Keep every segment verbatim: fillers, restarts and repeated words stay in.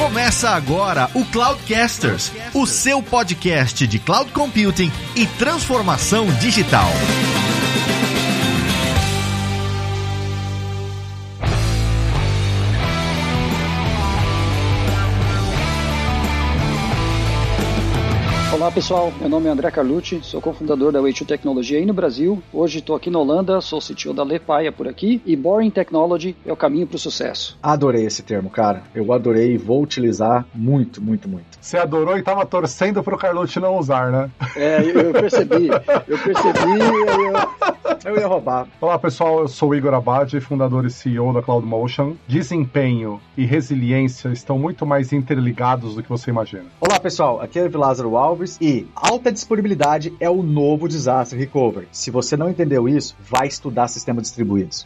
Começa agora o Cloudcasters, o seu podcast de cloud computing e transformação digital. Olá pessoal, meu nome é André Carlucci, sou cofundador da Way to Tecnologia aí no Brasil. Hoje estou aqui na Holanda, sou C T O da Lepaia por aqui e Boring Technology é o caminho para o sucesso. Adorei esse termo, cara. Eu adorei e vou utilizar muito, muito, muito. Você adorou e estava torcendo para o Carlucci não usar, né? É, eu, eu percebi, eu percebi eu, eu ia roubar. Olá pessoal, eu sou o Igor Abad, fundador e C E O da CloudMotion. Desempenho e resiliência estão muito mais interligados do que você imagina. Olá pessoal, aqui é o Lázaro Alves. E alta disponibilidade é o novo disaster recovery. Se você não entendeu isso, vai estudar sistemas distribuídos.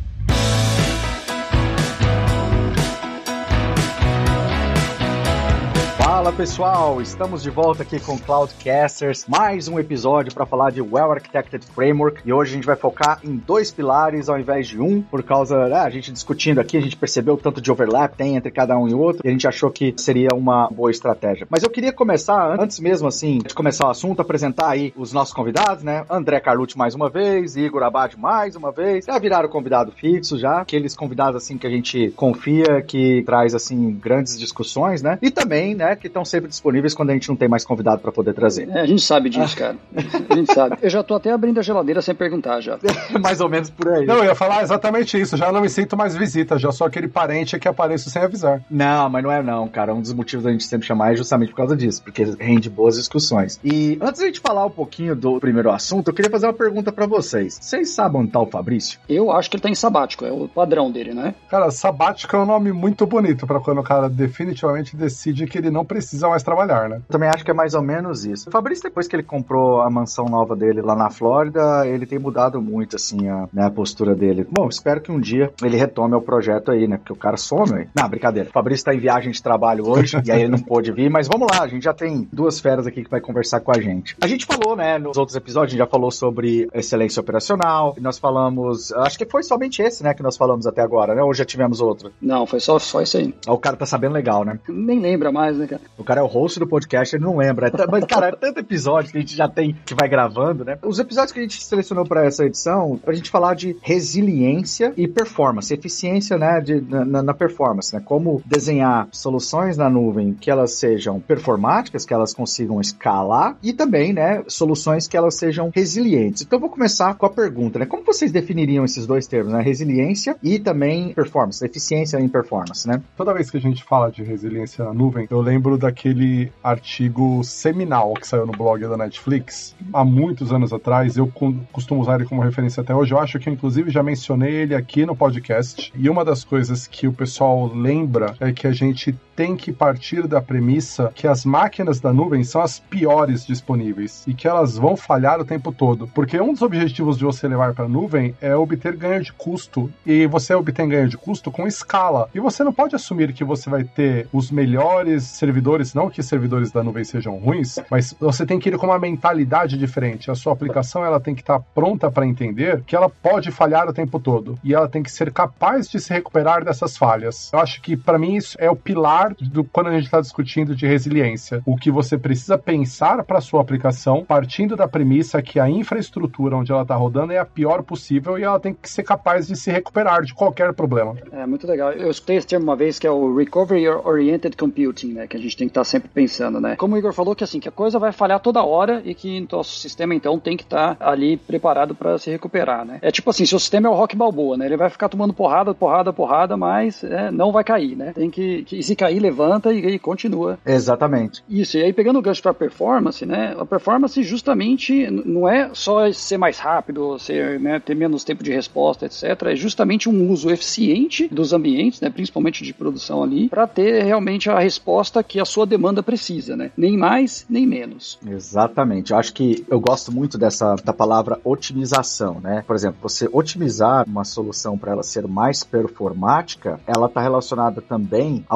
Fala pessoal, estamos de volta aqui com Cloudcasters, mais um episódio para falar de Well Architected Framework e hoje a gente vai focar em dois pilares ao invés de um, por causa, né, a gente discutindo aqui, a gente percebeu o tanto de overlap tem entre cada um e outro e a gente achou que seria uma boa estratégia. Mas eu queria começar, antes mesmo assim, de começar o assunto, apresentar aí os nossos convidados, né, André Carlucci mais uma vez, Igor Abad mais uma vez, já viraram convidado fixo já, aqueles convidados assim que a gente confia, que traz assim grandes discussões, né, e também, né, que estão sempre disponíveis quando a gente não tem mais convidado para poder trazer. É, a gente sabe disso, cara. A gente sabe. Eu já tô até abrindo a geladeira sem perguntar já. Mais ou menos por aí. Não, eu ia falar exatamente isso. Já não me sinto mais visita, já sou aquele parente que apareço sem avisar. Não, mas não é não, cara. Um dos motivos da gente sempre chamar é justamente por causa disso, porque rende boas discussões. E antes da gente falar um pouquinho do primeiro assunto, eu queria fazer uma pergunta para vocês. Vocês sabem onde tá o Fabrício? Eu acho que ele tá em sabático, é o padrão dele, né? Cara, sabático é um nome muito bonito para quando o cara definitivamente decide que ele não precisa mais trabalhar, né? Eu também acho que é mais ou menos isso. O Fabrício, depois que ele comprou a mansão nova dele lá na Flórida, ele tem mudado muito, assim, a, né, a postura dele. Bom, espero que um dia ele retome o projeto aí, né? Porque o cara some aí. Não, brincadeira. O Fabrício tá em viagem de trabalho hoje, e aí ele não pôde vir, mas vamos lá, a gente já tem duas feras aqui que vai conversar com a gente. A gente falou, né, nos outros episódios, a gente já falou sobre excelência operacional, e nós falamos, acho que foi somente esse, né, que nós falamos até agora, né? Ou já tivemos outro? Não, foi só, só isso aí. O cara tá sabendo legal, né? Nem lembra mais, né, cara? O cara é o host do podcast, ele não lembra. Mas, cara, é tanto episódio que a gente já tem, que vai gravando, né? Os episódios que a gente selecionou para essa edição, pra gente falar de resiliência e performance, eficiência, né, de, na, na performance, né? Como desenhar soluções na nuvem que elas sejam performáticas, que elas consigam escalar e também, né, soluções que elas sejam resilientes. Então, eu vou começar com a pergunta, né? Como vocês definiriam esses dois termos, né? Resiliência e também performance, eficiência em performance, né? Toda vez que a gente fala de resiliência na nuvem, eu lembro daquele artigo seminal que saiu no blog da Netflix há muitos anos atrás. Eu costumo usar ele como referência até hoje. Eu acho que eu inclusive já mencionei ele aqui no podcast. E uma das coisas que o pessoal lembra é que a gente tem que partir da premissa que as máquinas da nuvem são as piores disponíveis e que elas vão falhar o tempo todo. Porque um dos objetivos de você levar para a nuvem é obter ganho de custo. E você obtém ganho de custo com escala. E você não pode assumir que você vai ter os melhores servidores, não que servidores da nuvem sejam ruins, mas você tem que ir com uma mentalidade diferente. A sua aplicação ela tem que estar pronta para entender que ela pode falhar o tempo todo e ela tem que ser capaz de se recuperar dessas falhas. Eu acho que para mim isso é o pilar do, quando a gente está discutindo de resiliência. O que você precisa pensar para a sua aplicação partindo da premissa que a infraestrutura onde ela está rodando é a pior possível e ela tem que ser capaz de se recuperar de qualquer problema. É muito legal. Eu escutei esse termo uma vez que é o Recovery Oriented Computing, né? Que a gente tem que estar sempre pensando, né? Como o Igor falou, que assim, que a coisa vai falhar toda hora e que o nosso sistema, então, tem que estar ali preparado para se recuperar, né? É tipo assim, se o sistema é o Rock Balboa, né? Ele vai ficar tomando porrada, porrada, porrada, mas é, não vai cair, né? Tem que, que se cair, levanta e, e continua. Exatamente. Isso, e aí pegando o gancho para performance, né? A performance justamente não é só ser mais rápido, ser, né, ter menos tempo de resposta, etcétera. É justamente um uso eficiente dos ambientes, né? Principalmente de produção ali, para ter realmente a resposta que a sua demanda precisa, né? Nem mais, nem menos. Exatamente. Eu acho que eu gosto muito dessa da palavra otimização, né? Por exemplo, você otimizar uma solução para ela ser mais performática, ela está relacionada também ao fato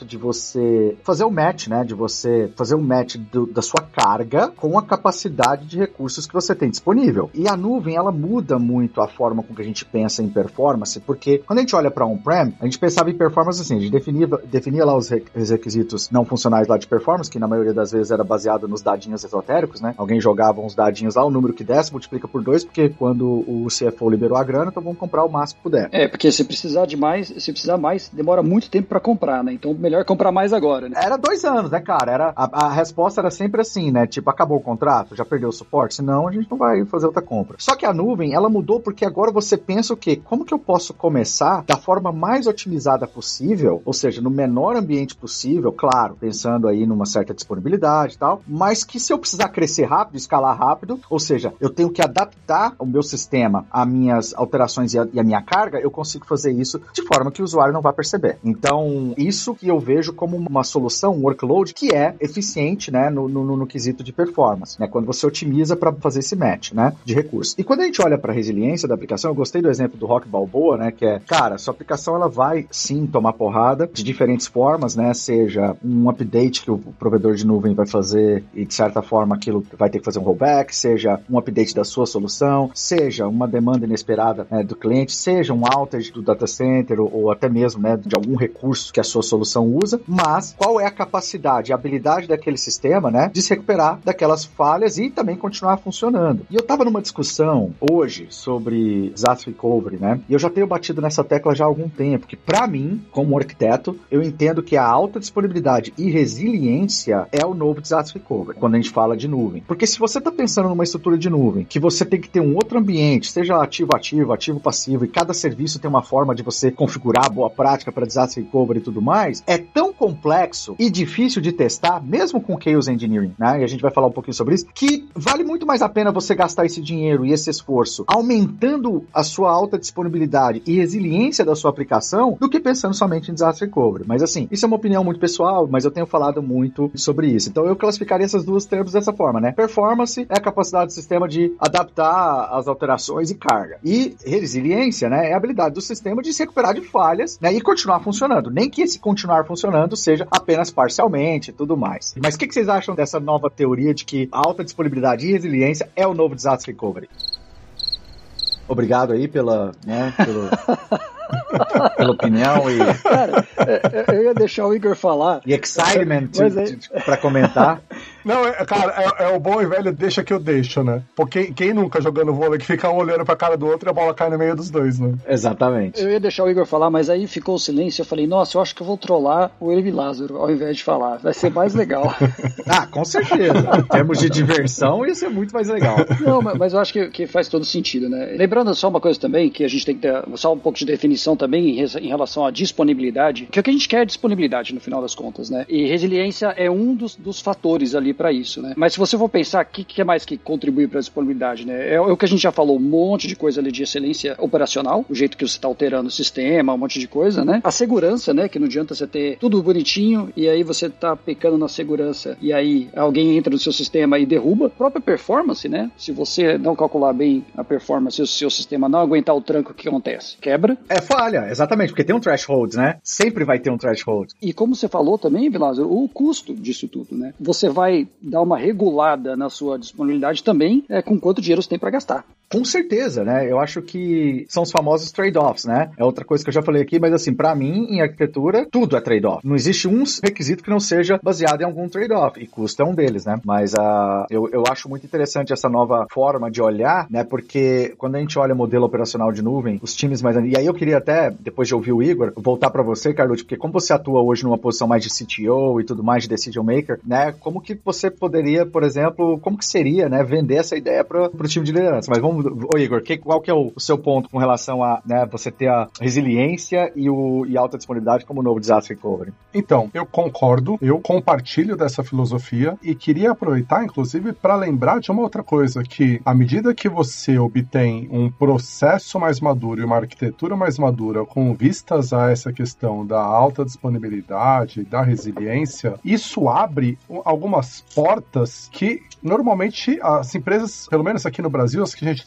de você fazer o match, né? De você fazer o match do, da sua carga com a capacidade de recursos que você tem disponível. E a nuvem, ela muda muito a forma com que a gente pensa em performance, porque quando a gente olha para on-prem, a gente pensava em performance assim, a gente definia, definia lá os requisitos não funcionais lá de performance, que na maioria das vezes era baseado nos dadinhos esotéricos, né? Alguém jogava uns dadinhos lá, o número que desce, multiplica por dois, porque quando o C F O liberou a grana, então vamos comprar o máximo que puder. É, porque se precisar de mais, se precisar mais, demora muito tempo para comprar, né? Então melhor comprar mais agora, né? Era dois anos, né, cara? Era, a, a resposta era sempre assim, né? Tipo, acabou o contrato? Já perdeu o suporte? Senão, a gente não vai fazer outra compra. Só que a nuvem, ela mudou porque agora você pensa o quê? Como que eu posso começar da forma mais otimizada possível, ou seja, no menor ambiente possível, claro, pensando aí numa certa disponibilidade e tal, mas que se eu precisar crescer rápido, escalar rápido, ou seja, eu tenho que adaptar o meu sistema às minhas alterações e a, e a minha carga, eu consigo fazer isso de forma que o usuário não vai perceber. Então, isso que eu vejo como uma solução, um workload que é eficiente, né, no, no, no quesito de performance, né, quando você otimiza para fazer esse match, né, de recursos. E quando a gente olha para a resiliência da aplicação, eu gostei do exemplo do Rock Balboa, né, que é, cara, sua aplicação ela vai sim tomar porrada de diferentes formas, né, seja um update que o provedor de nuvem vai fazer e de certa forma aquilo vai ter que fazer um rollback, seja um update da sua solução, seja uma demanda inesperada, né, do cliente, seja um outage do data center ou, ou até mesmo, né, de algum recurso que a sua solução usa, mas qual é a capacidade, a habilidade daquele sistema, né, de se recuperar daquelas falhas e também continuar funcionando. E eu tava numa discussão hoje sobre disaster recovery, né, e eu já tenho batido nessa tecla já há algum tempo, que pra mim, como arquiteto, eu entendo que a alta disponibilidade e resiliência é o novo disaster recovery, quando a gente fala de nuvem. Porque se você tá pensando numa estrutura de nuvem, que você tem que ter um outro ambiente, seja ativo-ativo, ativo-passivo, e cada serviço tem uma forma de você configurar a boa prática para disaster recovery e tudo mais, é tão complexo e difícil de testar, mesmo com Chaos Engineering, né? E a gente vai falar um pouquinho sobre isso, que vale muito mais a pena você gastar esse dinheiro e esse esforço aumentando a sua alta disponibilidade e resiliência da sua aplicação do que pensando somente em disaster recovery. Mas assim, isso é uma opinião muito pessoal, mas eu tenho falado muito sobre isso. Então eu classificaria essas duas termos dessa forma, né? Performance é a capacidade do sistema de adaptar as alterações e carga. E resiliência, né, é a habilidade do sistema de se recuperar de falhas, né, e continuar funcionando. Nem que esse continuar funcionando seja apenas parcialmente e tudo mais. Mas o que, que vocês acham dessa nova teoria de que a alta disponibilidade e resiliência é o novo disaster recovery? Obrigado aí pela, né, pelo... pela opinião e... Cara, eu ia deixar o Igor falar. E excitement é... para comentar. Não, é, cara, é, é o bom e velho deixa que eu deixo, né? Porque quem nunca jogando vôlei que fica um olhando pra cara do outro e a bola cai no meio dos dois, né? Exatamente. Eu ia deixar o Igor falar, mas aí ficou o silêncio. Eu falei, nossa, eu acho que eu vou trollar o Eli Lázaro ao invés de falar. Vai ser mais legal. Ah, com certeza. Em termos de diversão, ia ser muito mais legal. Não, mas eu acho que, que faz todo sentido, né? Lembrando só uma coisa também, que a gente tem que ter só um pouco de definição também em, em relação à disponibilidade, que o que a gente quer é disponibilidade no final das contas, né? E resiliência é um dos, dos fatores ali para isso, né? Mas se você for pensar, o que, que é mais que contribui para a disponibilidade, né? É, é o que a gente já falou, um monte de coisa ali de excelência operacional, o jeito que você está alterando o sistema, um monte de coisa, né? A segurança, né? Que não adianta você ter tudo bonitinho e aí você tá pecando na segurança e aí alguém entra no seu sistema e derruba. A própria performance, né? Se você não calcular bem a performance, se o seu sistema não aguentar o tranco, o que acontece? Quebra. É falha, exatamente, porque tem um threshold, né? Sempre vai ter um threshold. E como você falou também, Vilásio, o custo disso tudo, né? Você vai dar uma regulada na sua disponibilidade também, é, com quanto dinheiro você tem para gastar. Com certeza, né? Eu acho que são os famosos trade-offs, né? É outra coisa que eu já falei aqui, mas assim, pra mim, em arquitetura, tudo é trade-off. Não existe um requisito que não seja baseado em algum trade-off, e custo é um deles, né? Mas uh, eu, eu acho muito interessante essa nova forma de olhar, né? Porque quando a gente olha modelo operacional de nuvem, os times mais... E aí eu queria até, depois de ouvir o Igor, voltar pra você, Carlucci, porque como você atua hoje numa posição mais de C T O e tudo mais, de decision maker, né? Como que você poderia, por exemplo, como que seria, né? Vender essa ideia pro, pro time de liderança? Mas vamos... Ô Igor, que, qual que é o, o seu ponto com relação a, né, você ter a resiliência e, o, e alta disponibilidade como novo disaster recovery? Então, eu concordo, eu compartilho dessa filosofia e queria aproveitar, inclusive, para lembrar de uma outra coisa, que à medida que você obtém um processo mais maduro e uma arquitetura mais madura com vistas a essa questão da alta disponibilidade, da resiliência, isso abre algumas portas que normalmente as empresas, pelo menos aqui no Brasil, as que a gente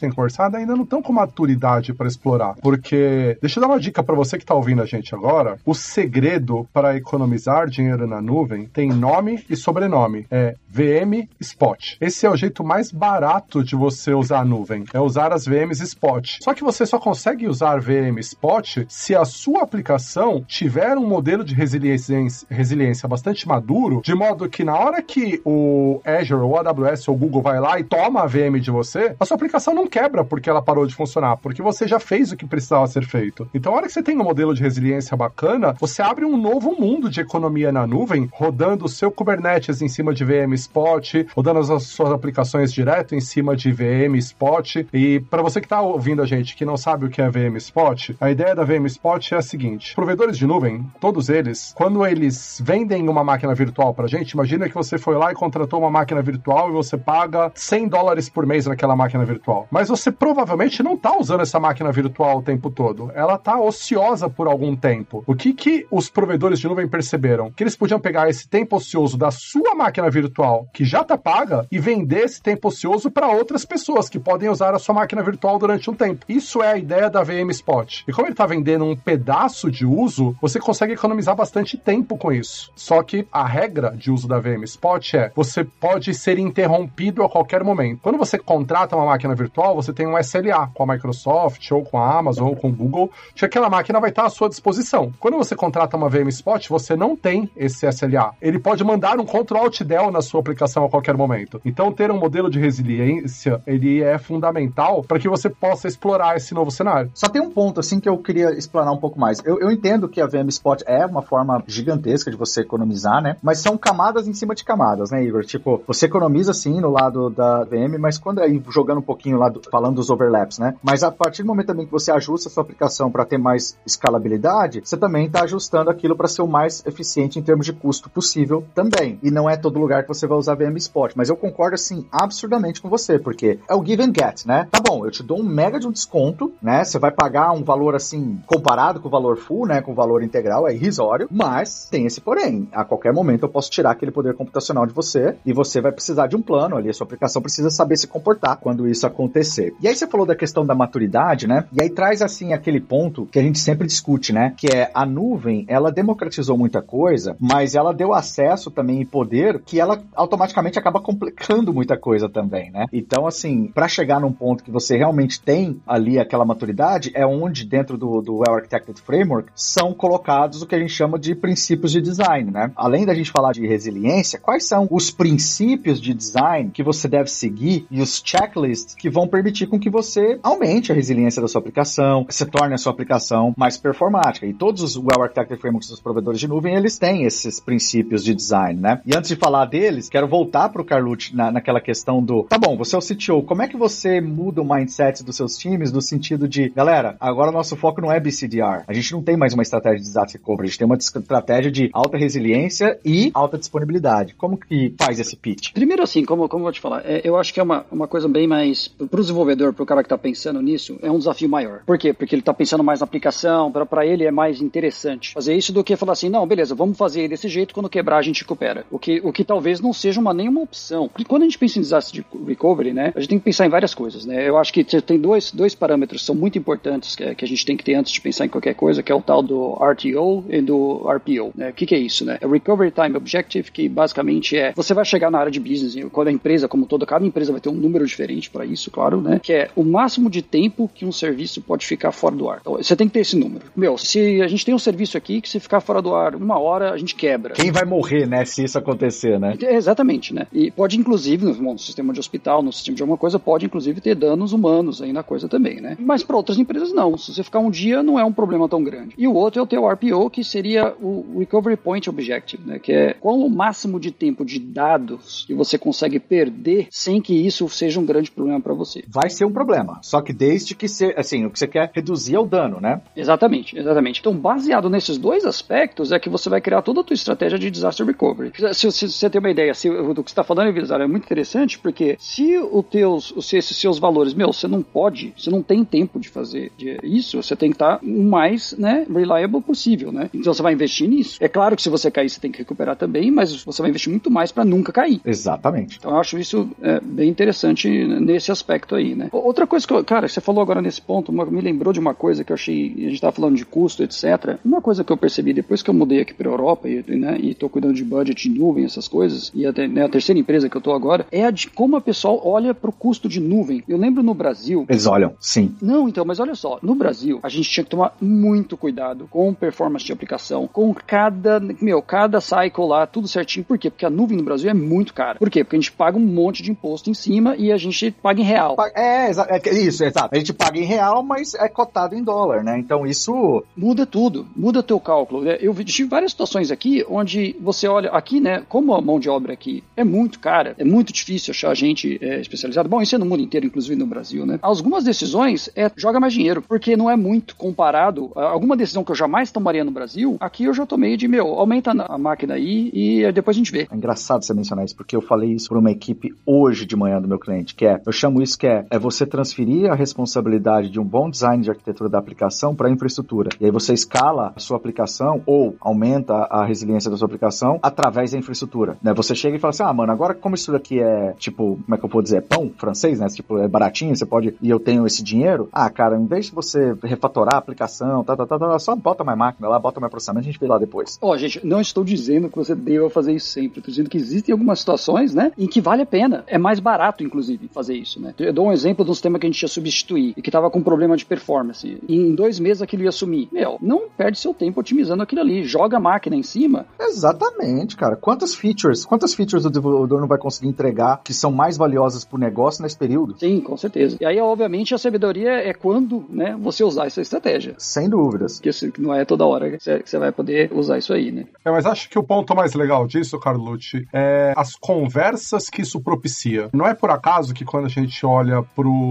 tem conversado ainda não estão com maturidade para explorar. Porque, deixa eu dar uma dica para você que está ouvindo a gente agora, o segredo para economizar dinheiro na nuvem tem nome e sobrenome. É V M Spot. Esse é o jeito mais barato de você usar a nuvem. É usar as V Ms Spot. Só que você só consegue usar V M Spot se a sua aplicação tiver um modelo de resiliência, resiliência bastante maduro, de modo que na hora que o Azure, ou A W S, ou Google vai lá e toma a V M de você, a sua aplicação não quebra porque ela parou de funcionar, porque você já fez o que precisava ser feito. Então, a hora que você tem um modelo de resiliência bacana, você abre um novo mundo de economia na nuvem, rodando o seu Kubernetes em cima de V M Spot, rodando as suas aplicações direto em cima de V M Spot. E para você que está ouvindo a gente que não sabe o que é V M Spot, a ideia da V M Spot é a seguinte: provedores de nuvem, todos eles, quando eles vendem uma máquina virtual pra gente, imagina que você foi lá e contratou uma máquina virtual e você paga cem dólares por mês naquela máquina virtual. Mas você provavelmente não está usando essa máquina virtual o tempo todo. Ela está ociosa por algum tempo. O que que os provedores de nuvem perceberam? Que eles podiam pegar esse tempo ocioso da sua máquina virtual, que já está paga, e vender esse tempo ocioso para outras pessoas que podem usar a sua máquina virtual durante um tempo. Isso é a ideia da V M Spot. E como ele está vendendo um pedaço de uso, você consegue economizar bastante tempo com isso. Só que a regra de uso da V M Spot é: você pode ser interrompido a qualquer momento. Quando você contrata uma máquina virtual, você tem um S L A com a Microsoft, ou com a Amazon, ou com o Google, que aquela máquina vai estar à sua disposição. Quando você contrata uma V M Spot, você não tem esse S L A. Ele pode mandar um Ctrl-Alt-Del na sua aplicação a qualquer momento. Então, ter um modelo de resiliência, ele é fundamental para que você possa explorar esse novo cenário. Só tem um ponto, assim, que eu queria explorar um pouco mais. Eu, eu entendo que a V M Spot é uma forma gigantesca de você economizar, né? Mas são camadas em cima de camadas, né, Igor? Tipo, você economiza, sim, no lado da V M, mas quando aí, jogando um pouquinho lá, do, falando dos overlaps, né? Mas a partir do momento também que você ajusta a sua aplicação para ter mais escalabilidade, você também está ajustando aquilo para ser o mais eficiente em termos de custo possível também. E não é todo lugar que você vai usar V M Spot. Mas eu concordo, assim, absurdamente com você, porque é o give and get, né? Tá bom, eu te dou um mega de um desconto, né? Você vai pagar um valor, assim, comparado com o valor full, né? Com o valor integral, é irrisório, mas tem esse porém. A qualquer momento eu posso tirar aquele poder computacional de você e você vai precisar de um plano ali. A sua aplicação precisa saber se comportar quando isso acontecer. E aí você falou da questão da maturidade, né? E aí traz, assim, aquele ponto que a gente sempre discute, né? Que é a nuvem, ela democratizou muita coisa, mas ela deu acesso também e poder que ela automaticamente acaba complicando muita coisa também, né? Então, assim, para chegar num ponto que você realmente tem ali aquela maturidade, é onde dentro do, do Well Architected Framework são colocados o que a gente chama de princípios de design, né? Além da gente falar de resiliência, quais são os princípios de design que você deve seguir e os checklists que vão permitir com que você aumente a resiliência da sua aplicação, se torne a sua aplicação mais performática. E todos os Well Architected Frameworks dos provedores de nuvem, eles têm esses princípios de design, né? E antes de falar deles, quero voltar para o Carlucci na, naquela questão do, tá bom, você é o C T O, como é que você muda o mindset dos seus times no sentido de, galera, agora o nosso foco não é B C D R, a gente não tem mais uma estratégia de disaster recovery, a gente tem uma estratégia de alta resiliência e alta disponibilidade. Como que faz esse pitch? Primeiro, assim, como, como eu vou te falar, é, eu acho que é uma, uma coisa bem mais, para o desenvolvedor, para o cara que está pensando nisso, é um desafio maior. Por quê? Porque ele está pensando mais na aplicação, para ele é mais interessante fazer isso do que falar assim, não, beleza, vamos fazer desse jeito, quando quebrar a gente recupera. O que, o que talvez não seja uma, nenhuma opção. Porque quando a gente pensa em disaster recovery, né, a gente tem que pensar em várias coisas, né? Eu acho que tem dois, dois parâmetros que são muito importantes que, que a gente tem que ter antes de pensar em qualquer coisa, que é o tal do R T O e do R P O, né? O que, que é isso, né? É o Recovery Time Objective, que basicamente é, você vai chegar na área de business, quando a empresa, como toda, cada empresa vai ter um número diferente para isso, claro, né? Que é o máximo de tempo que um serviço pode ficar fora do ar. Então, você tem que ter esse número. Meu, se a gente tem um serviço aqui que se ficar fora do ar uma hora, a gente quebra. Quem vai morrer, né, se isso acontecer, né? É, exatamente, né? E pode, inclusive, no, bom, no sistema de hospital, no sistema de alguma coisa, pode, inclusive, ter danos humanos aí na coisa também, né? Mas para outras empresas, não. Se você ficar um dia, não é um problema tão grande. E o outro é o teu R P O, que seria o Recovery Point Objective, né? Que é qual o máximo de tempo de dados que você consegue perder sem que isso seja um grande problema para você. Vai ser um problema, só que desde que você, assim, o que você quer reduzir é o dano, né? Exatamente, exatamente. Então, baseado nesses dois aspectos, é que você vai criar toda a tua estratégia de disaster recovery. Se, se, se você tem uma ideia, ideia, se, do que você está falando, Evisar, é muito interessante, porque se os teus, se esses seus valores, meu, você não pode, você não tem tempo de fazer isso, você tem que estar o mais, né, reliable possível, né? Então você vai investir nisso. É claro que se você cair, você tem que recuperar também, mas você vai investir muito mais para nunca cair. Exatamente. Então eu acho isso é, bem interessante nesse aspecto aí, né? Outra coisa que, eu, cara, você falou agora nesse ponto, uma, me lembrou de uma coisa que eu achei, a gente estava falando de custo, etcétera. Uma coisa que eu percebi depois que eu mudei aqui para a Europa e, né, e tô cuidando de budget de nuvem, essas coisas, e até, né, a terceira empresa que eu tô agora, é a de como a pessoa olha pro custo de nuvem. Eu lembro no Brasil... Eles olham, sim. Não, então, mas olha só, no Brasil, a gente tinha que tomar muito cuidado com performance de aplicação, com cada, meu, cada cycle lá, tudo certinho. Por quê? Porque a nuvem no Brasil é muito cara. Por quê? Porque a gente paga um monte de imposto em cima e a gente paga em real. É, é isso, exato. A gente paga em real, mas é cotado em dólar, né? Então isso... Muda tudo, muda teu cálculo. Eu tive várias situações aqui onde você olha, aqui, né, como a mão de obra aqui é muito cara, é muito difícil achar gente é, especializada. Bom, isso é no mundo inteiro, inclusive no Brasil, né? Algumas decisões é joga mais dinheiro, porque não é muito comparado. Alguma decisão que eu jamais tomaria no Brasil, aqui eu já tomei de, meu, aumenta a máquina aí e depois a gente vê. É engraçado você mencionar isso, porque eu falei isso para uma equipe hoje de manhã do meu cliente, que é, eu chamo isso que é, é você transferir a responsabilidade de um bom design de arquitetura da aplicação para a infraestrutura. E aí você escala a sua aplicação ou aumenta a resiliência da sua aplicação através da infraestrutura, né? Você chega e fala assim, ah, mano, agora como isso daqui é, tipo, como é que eu vou dizer, é pão francês, né? Tipo, é baratinho, você pode, e eu tenho esse dinheiro, ah, cara, em vez de você refatorar a aplicação, tá, tá, tá, tá, só bota mais máquina lá, bota mais processamento, a gente vê lá depois. Ó, oh, gente, não estou dizendo que você deva fazer isso sempre, estou dizendo que existem algumas situações, né, em que vale a pena, é mais barato, inclusive, fazer isso, né? Eu dou um exemplo de um sistema que a gente ia substituir e que estava com problema de performance, e em dois meses aquilo ia sumir. Meu, não perde seu tempo otimizando aquilo ali, joga a máquina em cima. Exatamente, cara. Quantas features, quantas features o desenvolvedor não vai conseguir entregar que são mais valiosas pro negócio nesse período? Sim, com certeza. E aí, obviamente, a sabedoria é quando, né, você usar essa estratégia. Sem dúvidas. Porque não é toda hora que você vai poder usar isso aí, né? É, mas acho que o ponto mais legal disso, Carlucci, é as conversas que isso propicia. Não é por acaso que quando a gente olha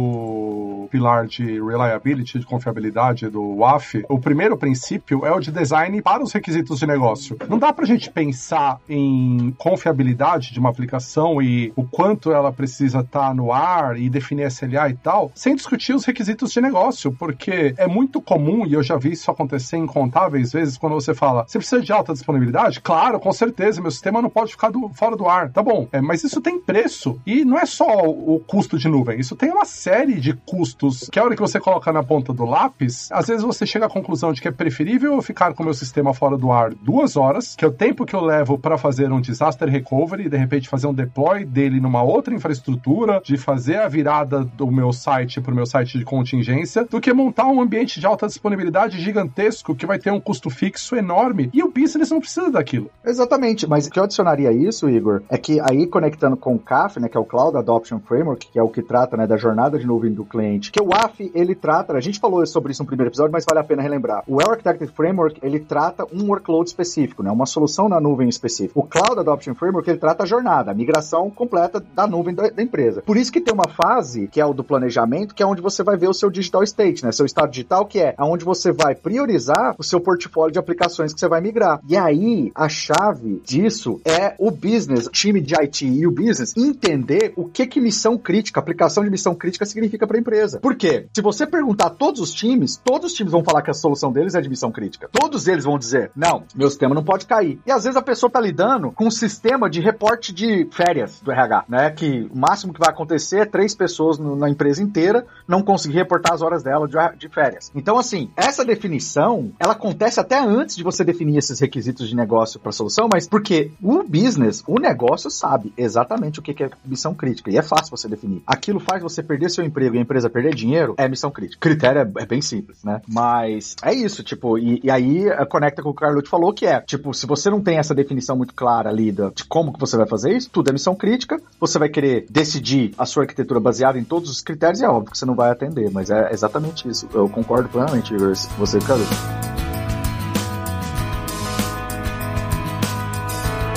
pro pilar de reliability, de confiabilidade do W A F, o primeiro princípio é o de design para os requisitos de negócio. Não dá pra gente pensar em confiabilidade de uma aplicação e o quanto ela precisa estar no ar e definir S L A e tal, sem discutir os requisitos de negócio, porque é muito comum, e eu já vi isso acontecer incontáveis vezes, quando você fala, você precisa de alta disponibilidade? Claro, com certeza, meu sistema não pode ficar do, fora do ar. Tá bom, é, mas isso tem preço, e não é só o, o custo de nuvem, isso tem uma série de custos, que a hora que você coloca na ponta do lápis, às vezes você chega à conclusão de que é preferível eu ficar com o meu sistema fora do ar duas horas, que é o tempo que eu levo para fazer um disaster recovery, e de repente fazer um deploy dele numa outra infraestrutura, de fazer a virada do meu site para o meu site de contingência, do que montar um ambiente de alta disponibilidade gigantesco, que vai ter um custo fixo enorme, e o business não precisa daquilo. Exatamente, mas o que eu adicionaria a isso, Igor, é que aí conectando com o C A F, né, que é o Cloud Adoption Framework, que é o que trata, né, da jornada de nuvem do cliente, que o W A F, ele trata, a gente falou sobre isso no primeiro episódio, mas vale a pena relembrar. O Well Architected Framework, ele trata um workload específico, né, uma solução na nuvem específica. O Cloud Adoption Framework, ele trata a jornada, a migração completa da nuvem da, da empresa. Por isso que tem uma fase, que é o do planejamento, que é onde você vai ver o seu digital state, né, seu estado digital, que é onde você vai priorizar o seu portfólio de aplicações que você vai migrar. E aí, a chave disso é o business, o time de I T e o business, entender o que que missão crítica, aplicação de missão crítica significa para a empresa. Por quê? Se você perguntar a todos os times, todos os times vão falar que a solução deles é de missão crítica. Todos eles vão dizer, não, meu sistema não pode cair. E às vezes a pessoa tá lidando com um sistema de reporte de férias do R H, né? Que o máximo que vai acontecer é três pessoas no, na empresa inteira não conseguir reportar as horas dela de, de férias. Então, assim, essa definição, ela acontece até antes de você definir esses requisitos de negócio para a solução, mas porque o business, o negócio sabe exatamente o que é missão crítica. E é fácil você definir. Aquilo faz você perder seu emprego e a empresa perder dinheiro, é missão crítica. O critério é, é bem simples, né? Mas é isso, tipo, e, e aí conecta com o que o Carlucci falou, que é, tipo, se você não tem essa definição muito clara ali de, de como que você vai fazer isso, tudo é missão crítica, você vai querer decidir a sua arquitetura baseada em todos os critérios e é óbvio que você não vai atender, mas é exatamente isso. Eu concordo plenamente com você, Carlucci.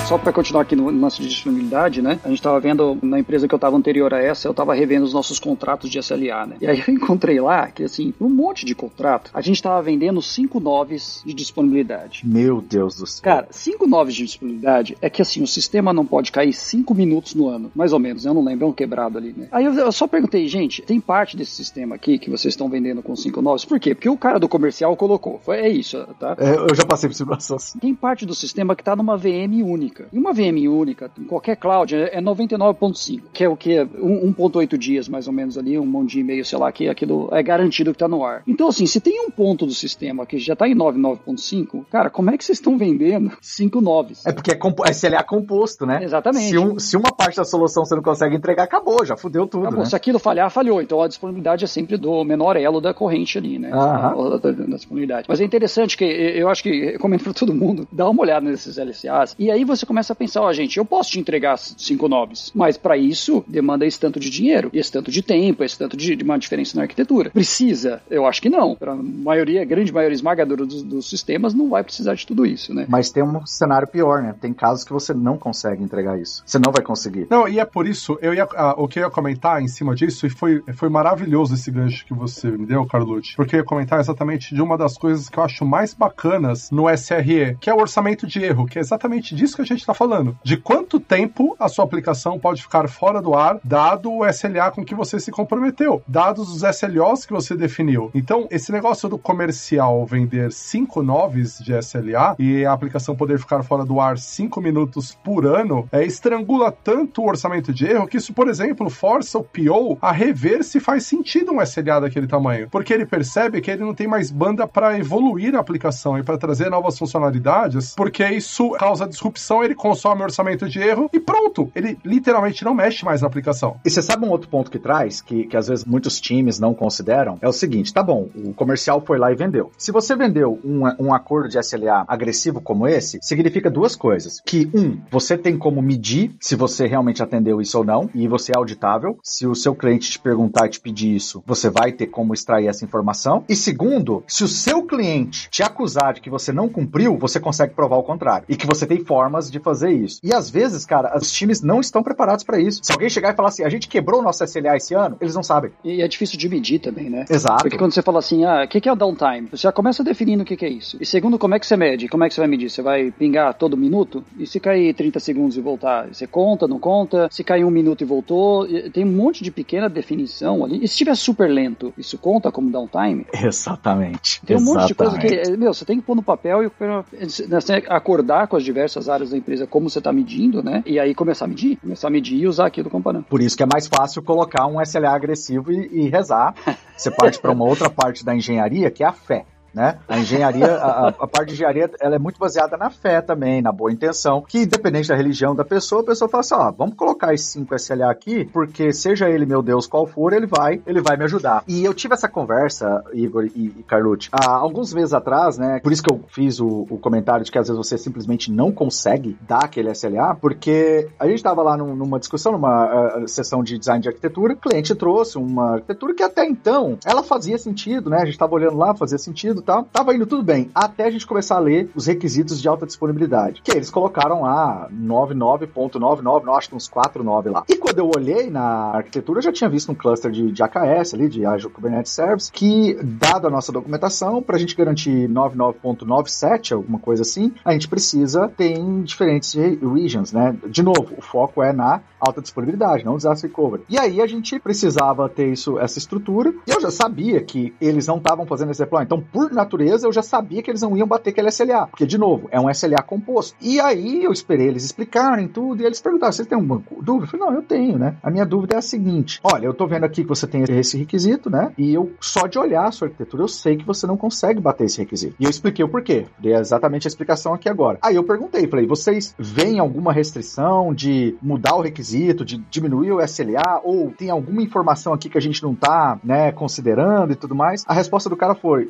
Só para continuar aqui no lance de disponibilidade, né? A gente estava vendo na empresa que eu estava anterior a essa, eu estava revendo os nossos contratos de S L A, né? E aí eu encontrei lá que, assim, um monte de contrato, a gente estava vendendo cinco noves de disponibilidade. Meu Deus do céu. Cara, cinco noves de disponibilidade é que, assim, o sistema não pode cair cinco minutos no ano, mais ou menos, eu não lembro, é um quebrado ali, né? Aí eu, eu só perguntei, gente, tem parte desse sistema aqui que vocês estão vendendo com cinco noves? Por quê? Porque o cara do comercial colocou. Foi, é isso, tá? É, eu já passei por situação assim. Tem parte do sistema que está numa V M única. E uma V M única, em qualquer cloud, é noventa e nove ponto cinco, que é o que? um ponto oito dias, mais ou menos ali, um dia e meio, sei lá, que aquilo é garantido que está no ar. Então, assim, se tem um ponto do sistema que já está em noventa e nove ponto cinco, cara, como é que vocês estão vendendo cinco noves? É porque é, compo- é S L A composto, né? Exatamente. Se, um, se uma parte da solução você não consegue entregar, acabou, já fudeu tudo, acabou. Né? Se aquilo falhar, falhou. Então a disponibilidade é sempre do menor elo da corrente ali, né? Aham. Da, da disponibilidade. Mas é interessante que eu acho que recomendo para todo mundo dar uma olhada nesses L C As e aí você começa a pensar, ó, gente, eu posso te entregar cinco noves, mas para isso demanda esse tanto de dinheiro, esse tanto de tempo, esse tanto de, de uma diferença na arquitetura. Precisa? Eu acho que não. Para a maioria, a grande maioria esmagadora dos, dos sistemas não vai precisar de tudo isso, né? Mas tem um cenário pior, né? Tem casos que você não consegue entregar isso. Você não vai conseguir. Não, e é por isso, eu ia, ah, o que eu ia comentar em cima disso, e foi, foi maravilhoso esse gancho que você me deu, Carlucci, porque eu ia comentar exatamente de uma das coisas que eu acho mais bacanas no S R E, que é o orçamento de erro, que é exatamente disso que a gente está falando. De quanto tempo a sua aplicação pode ficar fora do ar, dado o S L A com que você se comprometeu, dados os S L Os que você definiu. Então, esse negócio do comercial vender cinco noves de S L A e a aplicação poder ficar fora do ar cinco minutos por ano, é, estrangula tanto o orçamento de erro que isso, por exemplo, força o P O a rever se faz sentido um S L A daquele tamanho, porque ele percebe que ele não tem mais banda para evoluir a aplicação e para trazer novas funcionalidades, porque isso causa disrupção, ele consome o orçamento de erro e pronto, ele literalmente não mexe mais na aplicação. E você sabe um outro ponto que traz, que, que às vezes muitos times não consideram? É o seguinte, tá bom, o comercial foi lá e vendeu. Se você vendeu um, um acordo de S L A agressivo como esse, significa duas coisas. Que, um, você tem como medir se você realmente atendeu isso ou não, e você é auditável. Se o seu cliente te perguntar e te pedir isso, você vai ter como extrair essa informação. E segundo, se o seu cliente te acusar de que você não cumpriu, você consegue provar o contrário. E que você tem formas de fazer isso. E às vezes, cara, os times não estão preparados para isso. Se alguém chegar e falar assim, a gente quebrou o nosso S L A esse ano, eles não sabem. E é difícil de medir também, né? Exato. Porque quando você fala assim, ah, o que, que é o downtime? Você já começa definindo o que, que é isso. E segundo, como é que você mede? Como é que você vai medir? Você vai pingar todo minuto? E se cair trinta segundos e voltar? Você conta, não conta? Se cair um minuto e voltou? Tem um monte de pequena definição ali. E se estiver super lento, isso conta como downtime? Exatamente. Tem um Exatamente. monte de coisa que, meu, você tem que pôr no papel e você acordar com as diversas áreas da empresa como você está medindo, né? E aí começar a medir. Começar a medir e usar aquilo como parâmetro. Por isso que é mais fácil colocar um S L A agressivo e, e rezar. Você parte para uma outra parte da engenharia, que é a fé. Né? A engenharia, a, a parte de engenharia, ela é muito baseada na fé também, na boa intenção, que independente da religião da pessoa, a pessoa fala assim, ó, vamos colocar esses cinco S L A aqui, porque seja ele, meu Deus, qual for, ele vai, ele vai me ajudar. E eu tive essa conversa, Igor e, e Carlucci, há alguns meses atrás, né, por isso que eu fiz o, o comentário de que às vezes você simplesmente não consegue dar aquele S L A, porque a gente tava lá num, numa discussão, numa uh, sessão de design de arquitetura, o cliente trouxe uma arquitetura que até então, ela fazia sentido, né, a gente tava olhando lá, fazia sentido, Tá? Tava indo tudo bem, até a gente começar a ler os requisitos de alta disponibilidade, que eles colocaram lá noventa e nove ponto noventa e nove, não, acho que uns quarenta e nove lá. E quando eu olhei na arquitetura, eu já tinha visto um cluster de, de A K S ali, de Azure Kubernetes Service, que, dado a nossa documentação, pra gente garantir noventa e nove ponto noventa e sete, alguma coisa assim, a gente precisa ter em diferentes regions, né? De novo, o foco é na alta disponibilidade, não disaster recovery. E aí a gente precisava ter isso, essa estrutura, e eu já sabia que eles não estavam fazendo esse deploy, então por natureza eu já sabia que eles não iam bater aquele S L A, porque de novo, é um S L A composto. E aí eu esperei eles explicarem tudo, e eles perguntaram, você tem uma dúvida? Eu falei, não, eu tenho, né? A minha dúvida é a seguinte, olha, eu tô vendo aqui que você tem esse requisito, né? E eu, só de olhar a sua arquitetura, eu sei que você não consegue bater esse requisito. E eu expliquei o porquê, dei exatamente a explicação aqui agora. Aí eu perguntei, falei, vocês veem alguma restrição de mudar o requisito, de diminuir o S L A, ou tem alguma informação aqui que a gente não tá, né, considerando e tudo mais? A resposta do cara foi, virou pro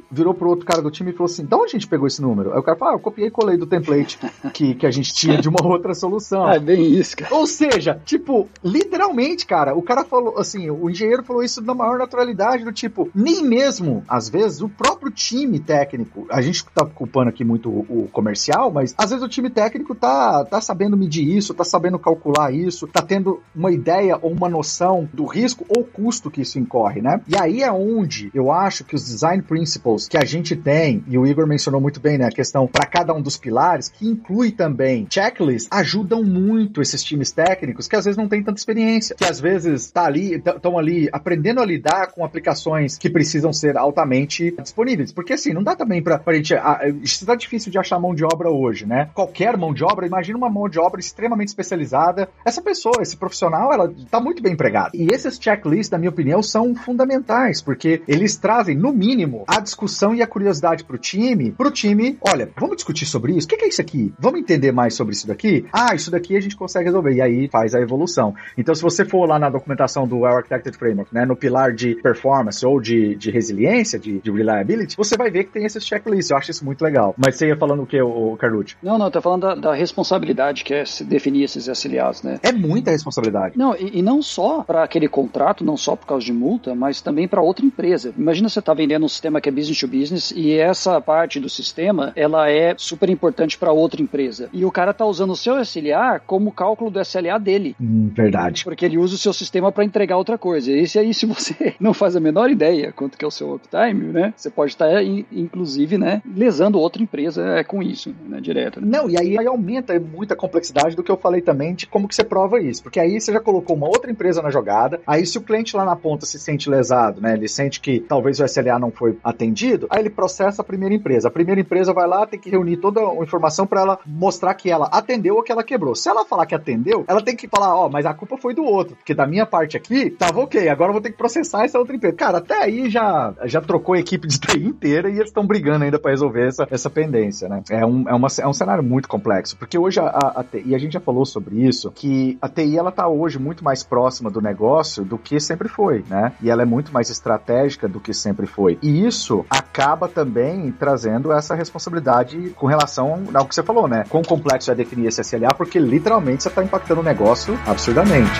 pro outro cara do time e falou assim, de onde a gente pegou esse número? Aí o cara falou, ah, eu copiei e colei do template que, que a gente tinha de uma outra solução. É bem isso, cara. Ou seja, tipo, literalmente, cara, o cara falou, assim, o engenheiro falou isso na maior naturalidade, do tipo, nem mesmo, às vezes, o próprio time técnico, a gente tá culpando aqui muito o, o comercial, mas às vezes o time técnico tá, tá sabendo medir isso, tá sabendo calcular isso, tá tendo uma ideia ou uma noção do risco ou custo que isso incorre, né? E aí é onde eu acho que os design principles que a gente tem, e o Igor mencionou muito bem, né, a questão para cada um dos pilares, que inclui também checklists, ajudam muito esses times técnicos que às vezes não têm tanta experiência, que às vezes tá ali, estão ali aprendendo a lidar com aplicações que precisam ser altamente disponíveis, porque assim, não dá também pra, pra gente, a, isso tá difícil de achar mão de obra hoje, né? Qualquer mão de obra, imagina uma mão de obra extremamente especializada, essa pessoa, esse profissional, ela tá muito bem empregada. E esses checklists, na minha opinião, são fundamentais, porque eles trazem, no mínimo, a discussão e a curiosidade pro time, pro time, olha, vamos discutir sobre isso? O que, que é isso aqui? Vamos entender mais sobre isso daqui? Ah, isso daqui a gente consegue resolver, e aí faz a evolução. Então, se você for lá na documentação do Well Architected Framework, né, no pilar de performance ou de, de resiliência, de, de reliability, você vai ver que tem esses checklists. Eu acho isso muito legal. Mas você ia falando o que, o Carlucci? Não, não, tá falando da, da responsabilidade que é se definir esses S L As, né? É muita responsabilidade. Não, e, e não só para aquele contrato, não só por causa de multa, mas também para outra empresa. Imagina você tá vendendo um sistema que é business to business e essa parte do sistema, ela é super importante para outra empresa. E o cara tá usando o seu S L A como cálculo do S L A dele. Hum, verdade. Porque ele usa o seu sistema para entregar outra coisa. E esse aí, se você não faz a menor ideia quanto que é o seu uptime, né? Você pode estar, inclusive, né, lesando outra empresa é, com isso, né, direto. Né? Não, e aí, aí aumenta muito a complexidade do que eu falei também de como que você prova isso. Porque aí você já colocou uma outra empresa na jogada, aí se o cliente lá na ponta se sente lesado, né? Ele sente que talvez o S L A não foi atendido, aí ele processa a primeira empresa. A primeira empresa vai lá, tem que reunir toda a informação para ela mostrar que ela atendeu ou que ela quebrou. Se ela falar que atendeu, ela tem que falar, ó, oh, mas a culpa foi do outro, porque da minha parte aqui, tava ok, agora eu vou ter que processar essa outra empresa. Cara, até aí já, já trocou a equipe de T I inteira e eles estão brigando ainda para resolver essa, essa pendência, né? É um, é, uma, é um cenário muito complexo, porque hoje a, a, a T I, e a gente já falou sobre isso, que a T I, ela tá hoje muito mais próxima do negócio do que sempre foi, né? E ela é muito mais estratégica do que sempre foi. E isso acaba também trazendo essa responsabilidade com relação ao que você falou, né? Quão complexo é definir esse S L A, porque literalmente você tá impactando o negócio absurdamente.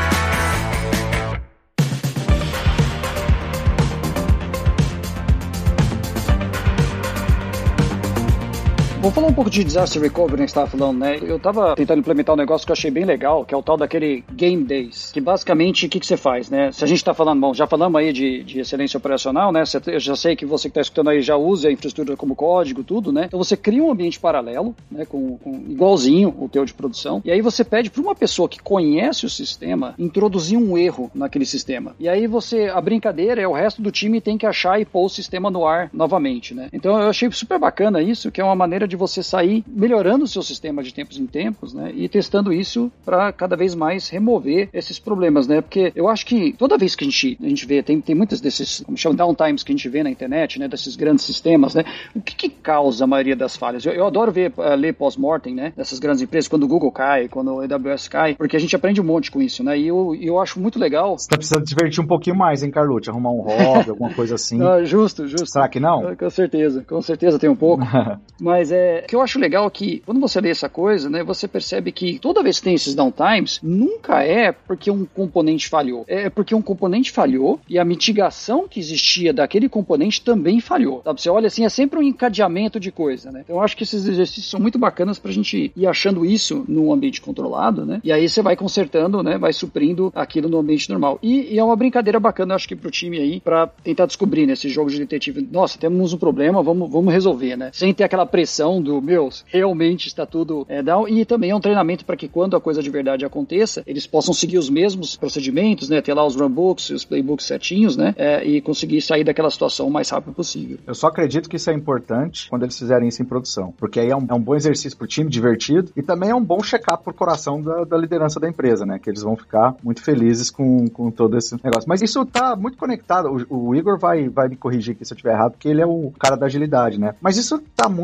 Vou falar um pouco de disaster recovery, né, que você estava falando, né? Eu estava tentando implementar um negócio que eu achei bem legal, que é o tal daquele Game Days, que basicamente, o que, que você faz, né? Se a gente está falando, bom, já falamos aí de, de excelência operacional, né? Eu já sei que você que está escutando aí já usa a infraestrutura como código, tudo, né? Então você cria um ambiente paralelo, né? Com, com igualzinho o teu de produção, e aí você pede para uma pessoa que conhece o sistema introduzir um erro naquele sistema. E aí você, a brincadeira é o resto do time tem que achar e pôr o sistema no ar novamente, né? Então eu achei super bacana isso, que é uma maneira de você sair melhorando o seu sistema de tempos em tempos, né, e testando isso para cada vez mais remover esses problemas, né, porque eu acho que toda vez que a gente, a gente vê, tem, tem muitos desses, como chama, downtimes que a gente vê na internet, né, desses grandes sistemas, né, o que que causa a maioria das falhas? Eu, eu adoro ver, uh, ler pós-mortem, né, dessas grandes empresas, quando o Google cai, quando o A W S cai, porque a gente aprende um monte com isso, né, e eu, eu acho muito legal. Você tá precisando divertir um pouquinho mais, hein, Carlucci? Arrumar um hobby, alguma coisa assim. Ah, justo, justo. Será que não? Com certeza, com certeza tem um pouco. Mas é, o que eu acho legal é que quando você lê essa coisa, né, você percebe que toda vez que tem esses downtimes, nunca é porque um componente falhou. É porque um componente falhou e a mitigação que existia daquele componente também falhou. Sabe? Você olha assim, é sempre um encadeamento de coisa, né? Então eu acho que esses exercícios são muito bacanas pra gente ir achando isso num ambiente controlado, né? E aí você vai consertando, né? Vai suprindo aquilo no ambiente normal. E, e é uma brincadeira bacana, eu acho que pro time aí, pra tentar descobrir nesse jogo de detetive, nossa, temos um problema, vamos, vamos resolver, né? Sem ter aquela pressão do, meu, realmente está tudo é, down. E também é um treinamento para que quando a coisa de verdade aconteça, eles possam seguir os mesmos procedimentos, né? Ter lá os runbooks, os playbooks certinhos, né? É, e conseguir sair daquela situação o mais rápido possível. Eu só acredito que isso é importante quando eles fizerem isso em produção, porque aí é um, é um bom exercício pro time, divertido, e também é um bom check-up pro coração da, da liderança da empresa, né? Que eles vão ficar muito felizes com, com todo esse negócio. Mas isso tá muito conectado, o, o Igor vai, vai me corrigir aqui se eu estiver errado, porque ele é o cara da agilidade, né? Mas isso tá muito conectado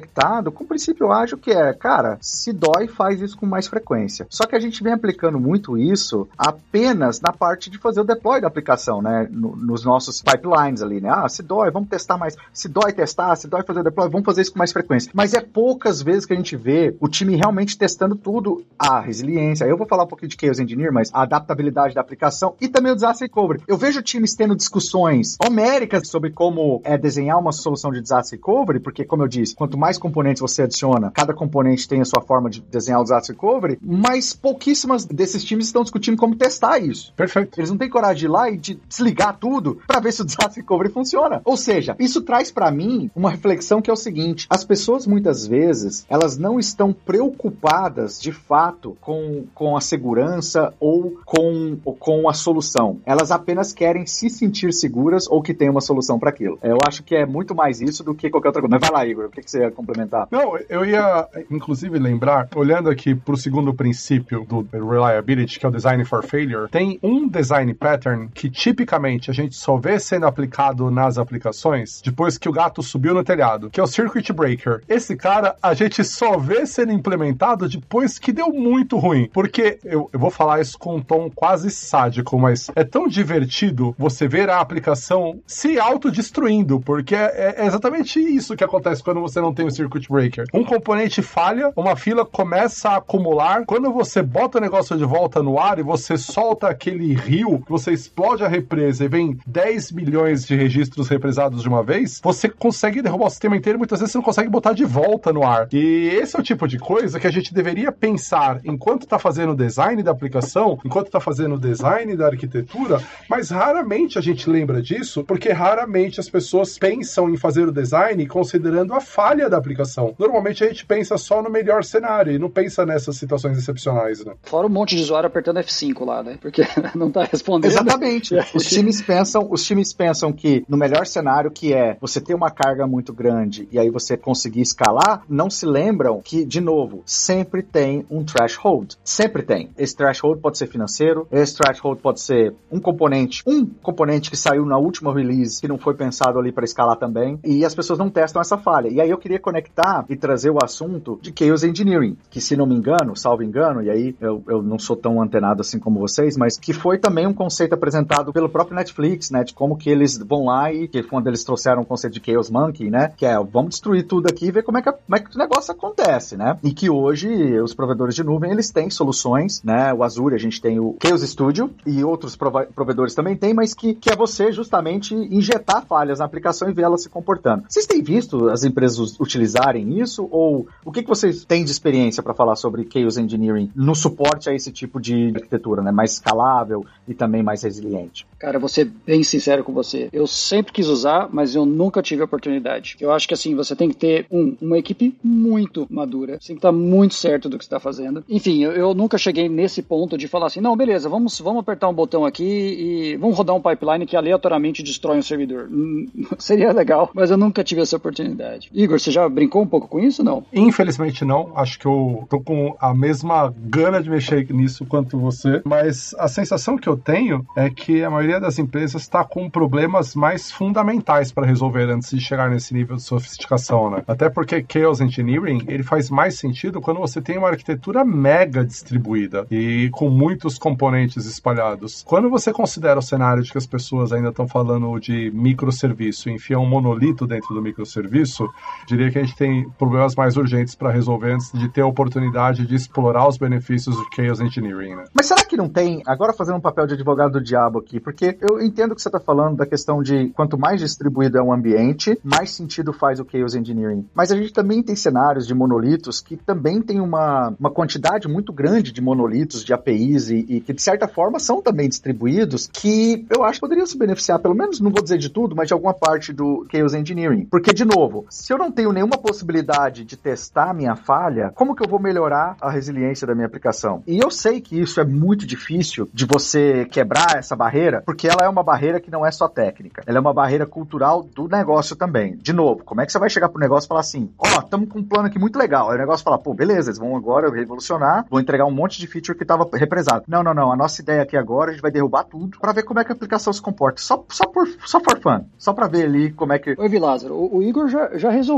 conectado com o princípio ágil que é, cara, se dói, faz isso com mais frequência. Só que a gente vem aplicando muito isso apenas na parte de fazer o deploy da aplicação, né? No, nos nossos pipelines ali, né? Ah, se dói, vamos testar mais. Se dói testar, se dói fazer o deploy, vamos fazer isso com mais frequência. Mas é poucas vezes que a gente vê o time realmente testando tudo. A resiliência, eu vou falar um pouquinho de Chaos Engineer, mas a adaptabilidade da aplicação e também o disaster recovery. Eu vejo times tendo discussões homéricas sobre como é desenhar uma solução de disaster recovery, porque, como eu disse, quanto mais componentes você adiciona, cada componente tem a sua forma de desenhar o disaster recovery, mas pouquíssimas desses times estão discutindo como testar isso. Perfeito. Eles não têm coragem de ir lá e de desligar tudo para ver se o disaster recovery funciona. Ou seja, isso traz para mim uma reflexão que é o seguinte: as pessoas muitas vezes, elas não estão preocupadas de fato com, com a segurança ou com, ou com a solução. Elas apenas querem se sentir seguras ou que tem uma solução para aquilo. Eu acho que é muito mais isso do que qualquer outra coisa. Mas vai lá, Igor, o que, que você ia complementar? Não, eu ia, inclusive, lembrar, olhando aqui pro segundo princípio do Reliability, que é o Design for Failure, tem um design pattern que, tipicamente, a gente só vê sendo aplicado nas aplicações depois que o gato subiu no telhado, que é o Circuit Breaker. Esse cara, a gente só vê sendo implementado depois que deu muito ruim. Porque, eu, eu vou falar isso com um tom quase sádico, mas é tão divertido você ver a aplicação se autodestruindo, porque é, é exatamente isso que acontece quando você não tem o Circuit Breaker. Um componente falha, uma fila começa a acumular, quando você bota o negócio de volta no ar e você solta aquele rio, você explode a represa e vem dez milhões de registros represados de uma vez, você consegue derrubar o sistema inteiro e muitas vezes você não consegue botar de volta no ar. E esse é o tipo de coisa que a gente deveria pensar enquanto está fazendo o design da aplicação, enquanto está fazendo o design da arquitetura, mas raramente a gente lembra disso, porque raramente as pessoas pensam em fazer o design considerando a falha da aplicação. Normalmente a gente pensa só no melhor cenário e não pensa nessas situações excepcionais, né? Fora um monte de usuário apertando F cinco lá, né? Porque não tá respondendo. Exatamente. Os times pensam, os times pensam que no melhor cenário, que é você ter uma carga muito grande e aí você conseguir escalar, não se lembram que, de novo, sempre tem um threshold. Sempre tem. Esse threshold pode ser financeiro, esse threshold pode ser um componente, um componente que saiu na última release que não foi pensado ali para escalar também, e as pessoas não testam essa falha. E aí eu queria conectar e trazer o assunto de Chaos Engineering, que, se não me engano, salvo engano, e aí eu, eu não sou tão antenado assim como vocês, mas que foi também um conceito apresentado pelo próprio Netflix, né, de como que eles vão lá e que quando eles trouxeram o conceito de Chaos Monkey, né, que é, vamos destruir tudo aqui e ver como é, que, como é que o negócio acontece, né, e que hoje os provedores de nuvem, eles têm soluções, né, o Azure, a gente tem o Chaos Studio e outros prov- provedores também tem, mas que, que é você justamente injetar falhas na aplicação e ver ela se comportando. Vocês têm visto as empresas utilizarem isso, ou o que, que vocês têm de experiência para falar sobre Chaos Engineering no suporte a esse tipo de arquitetura, né, mais escalável e também mais resiliente? Cara, vou ser bem sincero com você. Eu sempre quis usar, mas eu nunca tive a oportunidade. Eu acho que assim, você tem que ter um, uma equipe muito madura, você tem que estar muito certo do que você está fazendo. Enfim, eu, eu nunca cheguei nesse ponto de falar assim, não, beleza, vamos, vamos apertar um botão aqui e vamos rodar um pipeline que aleatoriamente destrói um servidor. Hum, seria legal, mas eu nunca tive essa oportunidade. Igor, você já brincou um pouco com isso, não? Infelizmente não. Acho que eu tô com a mesma gana de mexer nisso quanto você, mas a sensação que eu tenho é que a maioria das empresas está com problemas mais fundamentais para resolver antes de chegar nesse nível de sofisticação, né? Até porque Chaos Engineering, ele faz mais sentido quando você tem uma arquitetura mega distribuída e com muitos componentes espalhados. Quando você considera o cenário de que as pessoas ainda estão falando de microserviço e enfiam um monolito dentro do microserviço, diria que a gente tem problemas mais urgentes para resolver antes de ter a oportunidade de explorar os benefícios do Chaos Engineering, né? Mas será que não tem, agora fazendo um papel de advogado do diabo aqui, porque eu entendo que você está falando da questão de quanto mais distribuído é um ambiente, mais sentido faz o Chaos Engineering. Mas a gente também tem cenários de monolitos que também tem uma, uma quantidade muito grande de monolitos, de A P Is e, e que de certa forma são também distribuídos, que eu acho que poderiam se beneficiar, pelo menos, não vou dizer de tudo, mas de alguma parte do Chaos Engineering. Porque, de novo, se eu não tenho nenhuma possibilidade de testar a minha falha, como que eu vou melhorar a resiliência da minha aplicação? E eu sei que isso é muito difícil de você quebrar essa barreira, porque ela é uma barreira que não é só técnica, ela é uma barreira cultural do negócio também. De novo, como é que você vai chegar pro negócio e falar assim, ó, oh, estamos com um plano aqui muito legal, aí o negócio fala, pô, beleza, eles vão agora revolucionar, vão entregar um monte de feature que estava represado. Não, não, não, a nossa ideia aqui agora, a gente vai derrubar tudo para ver como é que a aplicação se comporta, só, só, por, só for fun, só para ver ali como é que... Oi, Vilázaro, o, o Igor já, já resolveu, cara,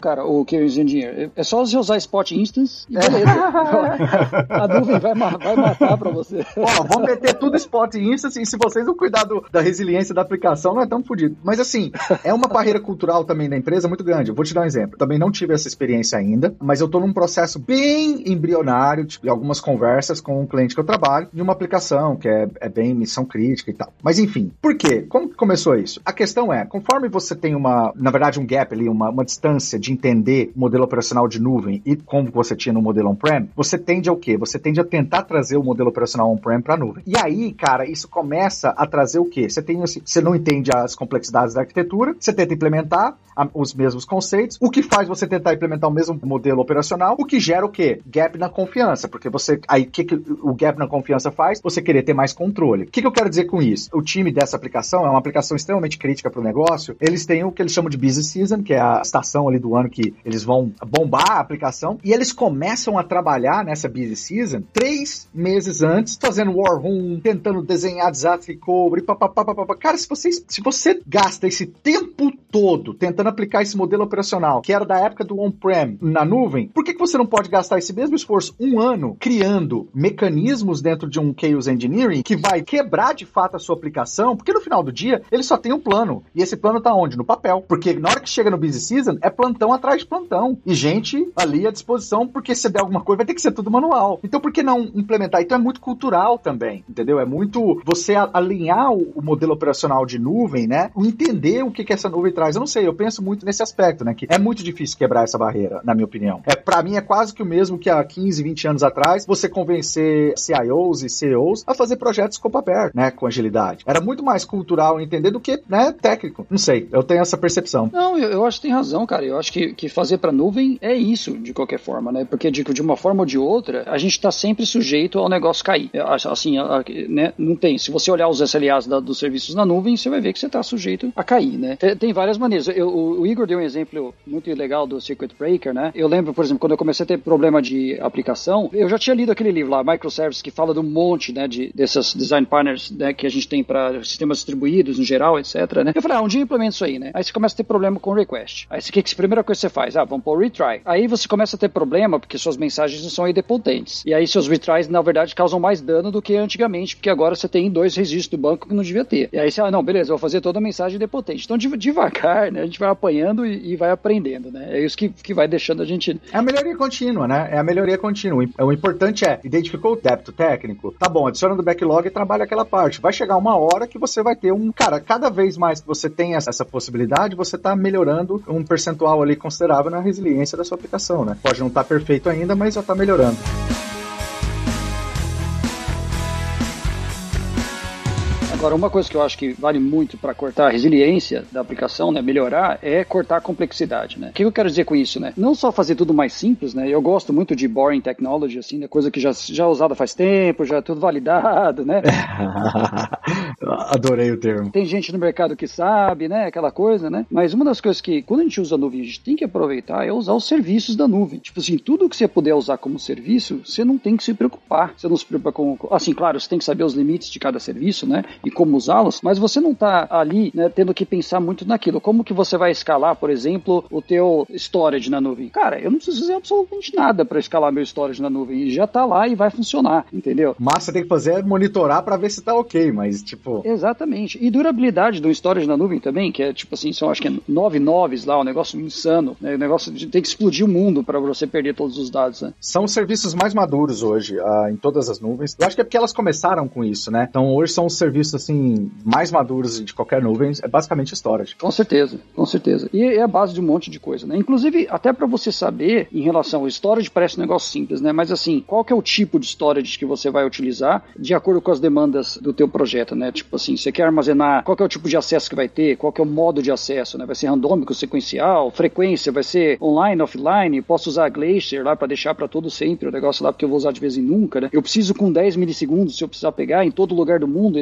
cara, o Chaos Engineer. É só você usar Spot Instance e beleza. A nuvem vai, vai matar pra você. Ó, vamos meter tudo Spot Instance e se vocês não cuidar do, da resiliência da aplicação, não é tão fodido. Mas assim, é uma barreira cultural também da empresa muito grande. Eu vou te dar um exemplo. Também não tive essa experiência ainda, mas eu tô num processo bem embrionário de algumas conversas com um cliente que eu trabalho em uma aplicação que é, é bem missão crítica e tal. Mas enfim, por quê? Como que começou isso? A questão é, conforme você tem uma, na verdade um gap ali, uma, uma distância de entender o modelo operacional de nuvem e como você tinha no modelo on-prem, você tende ao quê? Você tende a tentar trazer o modelo operacional on-prem para a nuvem. E aí, cara, isso começa a trazer o quê? Você, tem, você não entende as complexidades da arquitetura, você tenta implementar a, os mesmos conceitos, o que faz você tentar implementar o mesmo modelo operacional, o que gera o quê? Gap na confiança, porque você, aí o que, que o gap na confiança faz? Você querer ter mais controle. O que, que eu quero dizer com isso? O time dessa aplicação é uma aplicação extremamente crítica para o negócio, eles têm o que eles chamam de busy season, que é a estação ali do ano que eles vão bombar a aplicação, e eles começam a trabalhar nessa busy season três meses antes, fazendo war room, tentando desenhar desastre cobre, papapá, papapá. Cara, se você, se você gasta esse tempo todo tentando aplicar esse modelo operacional, que era da época do on-prem, na nuvem, por que, que você não pode gastar esse mesmo esforço um ano criando mecanismos dentro de um Chaos Engineering que vai quebrar de fato a sua aplicação? Porque no final do dia, ele só tem um plano. E esse plano tá onde? No papel. Porque na hora que chega no busy season, é plantão atrás de plantão. E gente ali à disposição, porque se der alguma coisa, vai ter que ser tudo manual. Então por que não implementar? Então é muito cultural também, entendeu? É muito você alinhar o, o modelo operacional de nuvem, né? Entender o que, que essa nuvem traz. Eu não sei, eu penso muito nesse aspecto, né? Que é muito difícil quebrar essa barreira, na minha opinião. É, pra mim é quase que o mesmo que há quinze, vinte anos atrás, você convencer C I Os e C E Os a fazer projetos com aberto, né? Com agilidade. Era muito mais cultural entender do que, né? Técnico. Não sei, eu tenho essa percepção. Não, eu, eu acho que tem razão, cara. Eu acho que, que fazer pra nuvem é isso, de qualquer forma, né? Porque de, de uma forma ou de outra, a gente tá sempre sujeito ao negócio cair. Assim, né? Não tem. Se você olhar os S L As da, dos serviços na nuvem, você vai ver que você tá sujeito a cair, né? Tem, tem várias maneiras. Eu, o, o Igor deu um exemplo muito legal do Circuit Breaker, né? Eu lembro, por exemplo, quando eu comecei a ter problema de aplicação, eu já tinha lido aquele livro lá, Microservices, que fala de um monte, né, de, dessas design partners, né, que a gente tem para sistemas distribuídos no geral, etcétera, né? Eu falei, ah, um dia eu implemento isso aí, né? Aí você começa a ter problema com request. Aí você, que, que a primeira coisa que você faz? Ah, vamos pôr retry. Aí você começa a ter problema porque suas mensagens não são idempotentes. E aí seus retries, na verdade, causam mais dano do que antigamente, porque agora você tem dois registros do banco que não devia ter. E aí você, ah, não, beleza, eu vou fazer toda a mensagem idempotente. Então, devagar, né? A gente vai apanhando e, e vai aprendendo, né? É isso que, que vai deixando a gente... É a melhoria contínua, né? É a melhoria contínua. O importante é, identificou o débito técnico? Tá bom, adiciona no backlog e trabalha aquela parte. Vai chegar uma hora que você vai ter um... Cara, cada vez mais que você tem essa, essa possibilidade, você tá melhorando um percentual ali considerável na resiliência da sua aplicação, né? Pode não estar perfeito ainda, mas já tá melhorando. Agora, uma coisa que eu acho que vale muito para cortar a resiliência da aplicação, né, melhorar, é cortar a complexidade, né? O que eu quero dizer com isso, né? Não só fazer tudo mais simples, né? Eu gosto muito de boring technology, assim, né? Coisa que já, já usada faz tempo, já é tudo validado, né? Adorei o termo. Tem gente no mercado que sabe, né? Aquela coisa, né? Mas uma das coisas que, quando a gente usa a nuvem, a gente tem que aproveitar é usar os serviços da nuvem. Tipo assim, tudo que você puder usar como serviço, você não tem que se preocupar. Você não se preocupa com... Assim, claro, você tem que saber os limites de cada serviço, né? E como usá-los, mas você não está ali, né, tendo que pensar muito naquilo. Como que você vai escalar, por exemplo, o teu storage na nuvem? Cara, eu não preciso fazer absolutamente nada para escalar meu storage na nuvem. E já está lá e vai funcionar, entendeu? Mas você tem que fazer é monitorar para ver se está ok, mas tipo... Exatamente. E durabilidade do storage na nuvem também, que é tipo assim, são acho que é nove noves lá, um negócio insano, né? O negócio de tem que explodir o mundo para você perder todos os dados, né? São os serviços mais maduros hoje, uh, em todas as nuvens. Eu acho que é porque elas começaram com isso, né? Então hoje são os serviços assim, mais maduros de qualquer nuvem, é basicamente storage. Com certeza, com certeza. E é a base de um monte de coisa, né? Inclusive, até para você saber, em relação ao storage, parece um negócio simples, né? Mas assim, qual que é o tipo de storage que você vai utilizar de acordo com as demandas do teu projeto, né? Tipo assim, você quer armazenar, qual que é o tipo de acesso que vai ter, qual que é o modo de acesso, né? Vai ser randômico, sequencial, frequência, vai ser online, offline, posso usar a Glacier lá para deixar para todo sempre o negócio lá, porque eu vou usar de vez em nunca, né? Eu preciso com dez milissegundos, se eu precisar pegar em todo lugar do mundo, etcétera.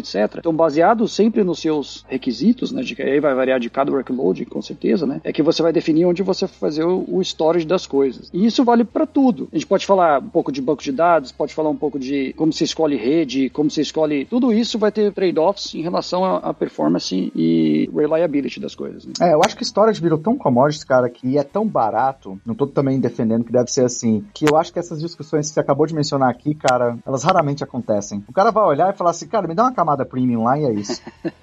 Então, baseado sempre nos seus requisitos, né, de que aí vai variar de cada workload, com certeza, né, é que você vai definir onde você vai fazer o, o storage das coisas. E isso vale para tudo. A gente pode falar um pouco de banco de dados, pode falar um pouco de como você escolhe rede, como você escolhe... Tudo isso vai ter trade-offs em relação à performance e reliability das coisas. Né? É, eu acho que storage virou tão commodity, cara, que é tão barato, não tô também defendendo que deve ser assim, que eu acho que essas discussões que você acabou de mencionar aqui, cara, elas raramente acontecem. O cara vai olhar e falar assim, cara, me dá uma camada premium lá e é isso.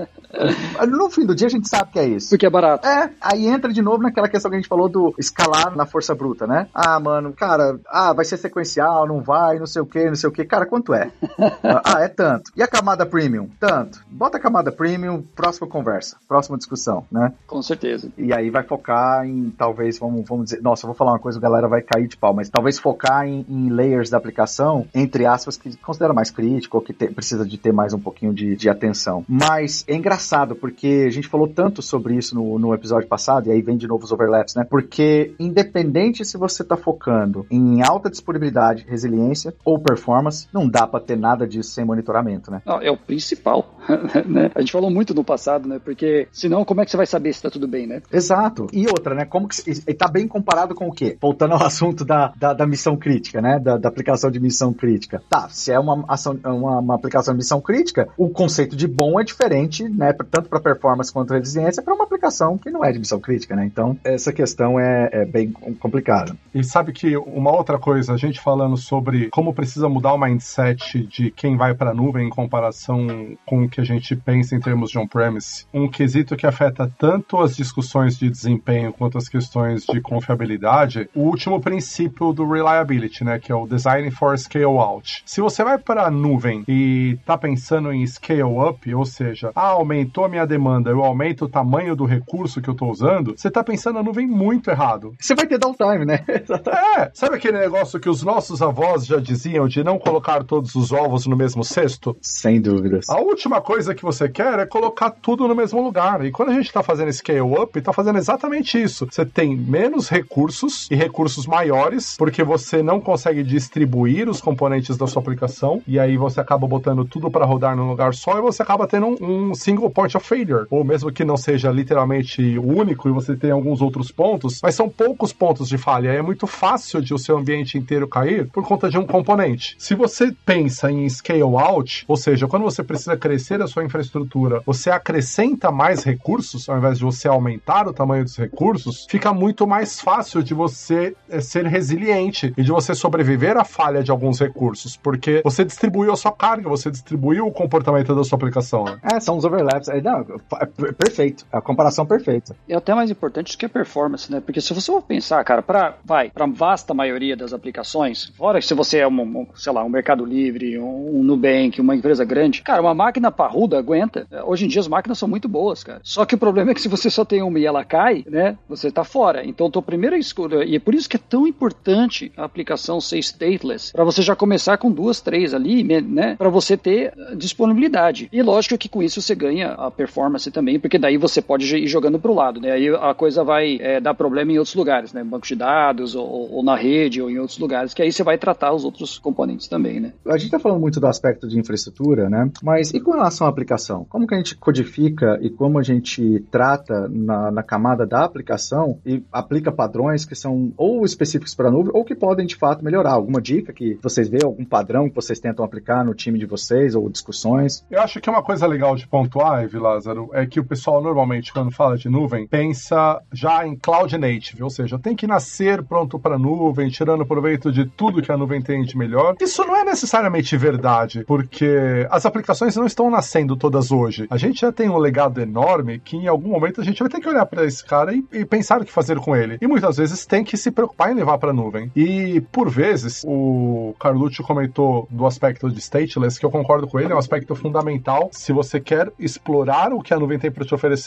No fim do dia a gente sabe que é isso. Porque é barato. É, aí entra de novo naquela questão que a gente falou do escalar na força bruta, né? Ah, mano, cara, ah, vai ser sequencial, não vai, não sei o que, não sei o que. Cara, quanto é? Ah, é tanto. E a camada premium? Tanto. Bota a camada premium, próxima conversa, próxima discussão, né? Com certeza. E aí vai focar em, talvez, vamos, vamos dizer, nossa, eu vou falar uma coisa, a galera vai cair de pau, mas talvez focar em, em layers da aplicação, entre aspas, que considera mais crítico, ou que te, precisa de ter mais um pouquinho de, de atenção. Mas é engraçado, porque a gente falou tanto sobre isso no, no episódio passado, e aí vem de novo os overlaps, né? Porque independente se você tá focando em alta disponibilidade, resiliência ou performance, não dá pra ter nada disso sem monitoramento, né? Não, é o principal, né? A gente falou muito no passado, né? Porque senão como é que você vai saber se tá tudo bem, né? Exato. E outra, né? Como que e tá bem comparado com o quê? Voltando ao assunto da, da, da missão crítica, né? Da, da aplicação de missão crítica. Tá, se é uma, ação, uma, uma aplicação de missão crítica, o conceito de bom é diferente, né? Tanto para performance quanto resiliência, para uma aplicação que não é de missão crítica, né? Então, essa questão é, é bem complicada. E sabe que uma outra coisa, a gente falando sobre como precisa mudar o mindset de quem vai para a nuvem em comparação com o que a gente pensa em termos de on-premise, um quesito que afeta tanto as discussões de desempenho quanto as questões de confiabilidade, o último princípio do reliability, né, que é o design for scale out. Se você vai para a nuvem e tá pensando em scale up, ou seja, ah, aumentou a minha demanda, eu aumento o tamanho do recurso que eu tô usando, você tá pensando na nuvem muito errado. Você vai ter downtime, né? É, sabe aquele negócio que os nossos avós já diziam de não colocar todos os ovos no mesmo cesto? Sem dúvidas. A última coisa que você quer é colocar tudo no mesmo lugar. E quando a gente tá fazendo scale up, tá fazendo exatamente isso. Você tem menos recursos e recursos maiores, porque você não consegue distribuir os componentes da sua aplicação, e aí você acaba botando tudo para rodar num lugar só, e você acaba tendo um, um single point of failure. Ou mesmo que não seja literalmente o único, e você tem alguns outros pontos, mas são poucos pontos de falha. É muito fácil de o seu ambiente inteiro cair por conta de um componente. Se você pensa em scale out, ou seja, quando você precisa crescer a sua infraestrutura, você acrescenta mais recursos, ao invés de você aumentar o tamanho dos recursos, fica muito mais fácil de você é, ser resiliente e de você sobreviver à falha de alguns recursos, porque você distribuiu a sua carga, você distribuiu o comportamento da sua aplicação. Né? É, são os overlaps. É, não, é perfeito. A comparação perfeita. É até mais importante que a performance, né? Porque se você for pensar, cara, para vai, para a vasta maioria das aplicações, fora que se você é um, um, sei lá, um Mercado Livre, um, um Nubank, uma empresa grande, cara, uma máquina parruda aguenta. Hoje em dia as máquinas são muito boas, cara. Só que o problema é que se você só tem uma e ela cai, né, você tá fora. Então, tua primeira escolha, e é por isso que é tão importante a aplicação ser stateless, para você já começar com duas, três ali, né, para você ter disponibilidade. E lógico que com isso você ganha a performance também, porque daí você pode ir jogando pro lado, né, aí a coisa vai é, dar problema em outros lugares, né, banco de dados, ou, ou na rede, ou em outros lugares, que aí você vai tratar os outros componentes também, né. A gente tá falando muito do aspecto de infraestrutura, né, mas e com relação à aplicação? Como que a gente codifica e como a gente trata na, na camada da aplicação e aplica padrões que são ou específicos para a nuvem ou que podem de fato melhorar? Alguma dica que vocês veem, algum padrão que vocês tentam aplicar no time de vocês ou discussões? Eu acho que uma coisa legal de pontuar, Evi Lázaro, é que o pessoal normalmente quando fala de nuvem pensa já em cloud native, ou seja, tem que nascer pronto para nuvem, tirando proveito de tudo que a nuvem tem de melhor. Isso não é necessariamente verdade, porque as aplicações não estão nascendo todas hoje. A gente já tem um legado enorme que em algum momento a gente vai ter que olhar para esse cara e, e pensar o que fazer com ele. E muitas vezes tem que se preocupar em levar para a nuvem. E por vezes, o Carlucci comentou do aspecto de stateless, que eu concordo com ele, é um aspecto fundamental se você quer explorar o que a nuvem tem para te oferecer, porque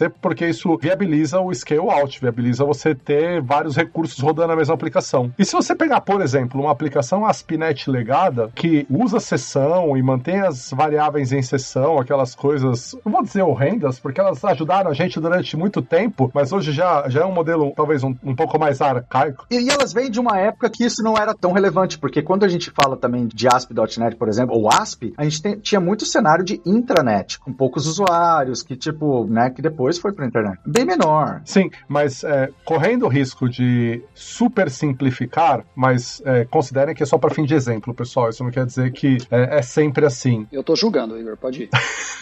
isso viabiliza o scale out, viabiliza você ter vários recursos rodando na mesma aplicação. E se você pegar, por exemplo, uma aplicação ASP.NET legada, que usa sessão e mantém as variáveis em sessão, aquelas coisas, não vou dizer horrendas, porque elas ajudaram a gente durante muito tempo, mas hoje já, já é um modelo talvez um, um pouco mais arcaico. E, e elas vêm de uma época que isso não era tão relevante, porque quando a gente fala também de A S P ponto net, por exemplo, ou A S P, a gente tem, tinha muito cenário de intranet, com poucos usuários, que tipo, né, que depois foi pra internet. Bem menor. Sim, mas é, correndo o risco de super simplificar, mas é, considerem que é só para fim de exemplo, pessoal, isso não quer dizer que é, é sempre assim. Eu tô julgando, Igor, pode ir.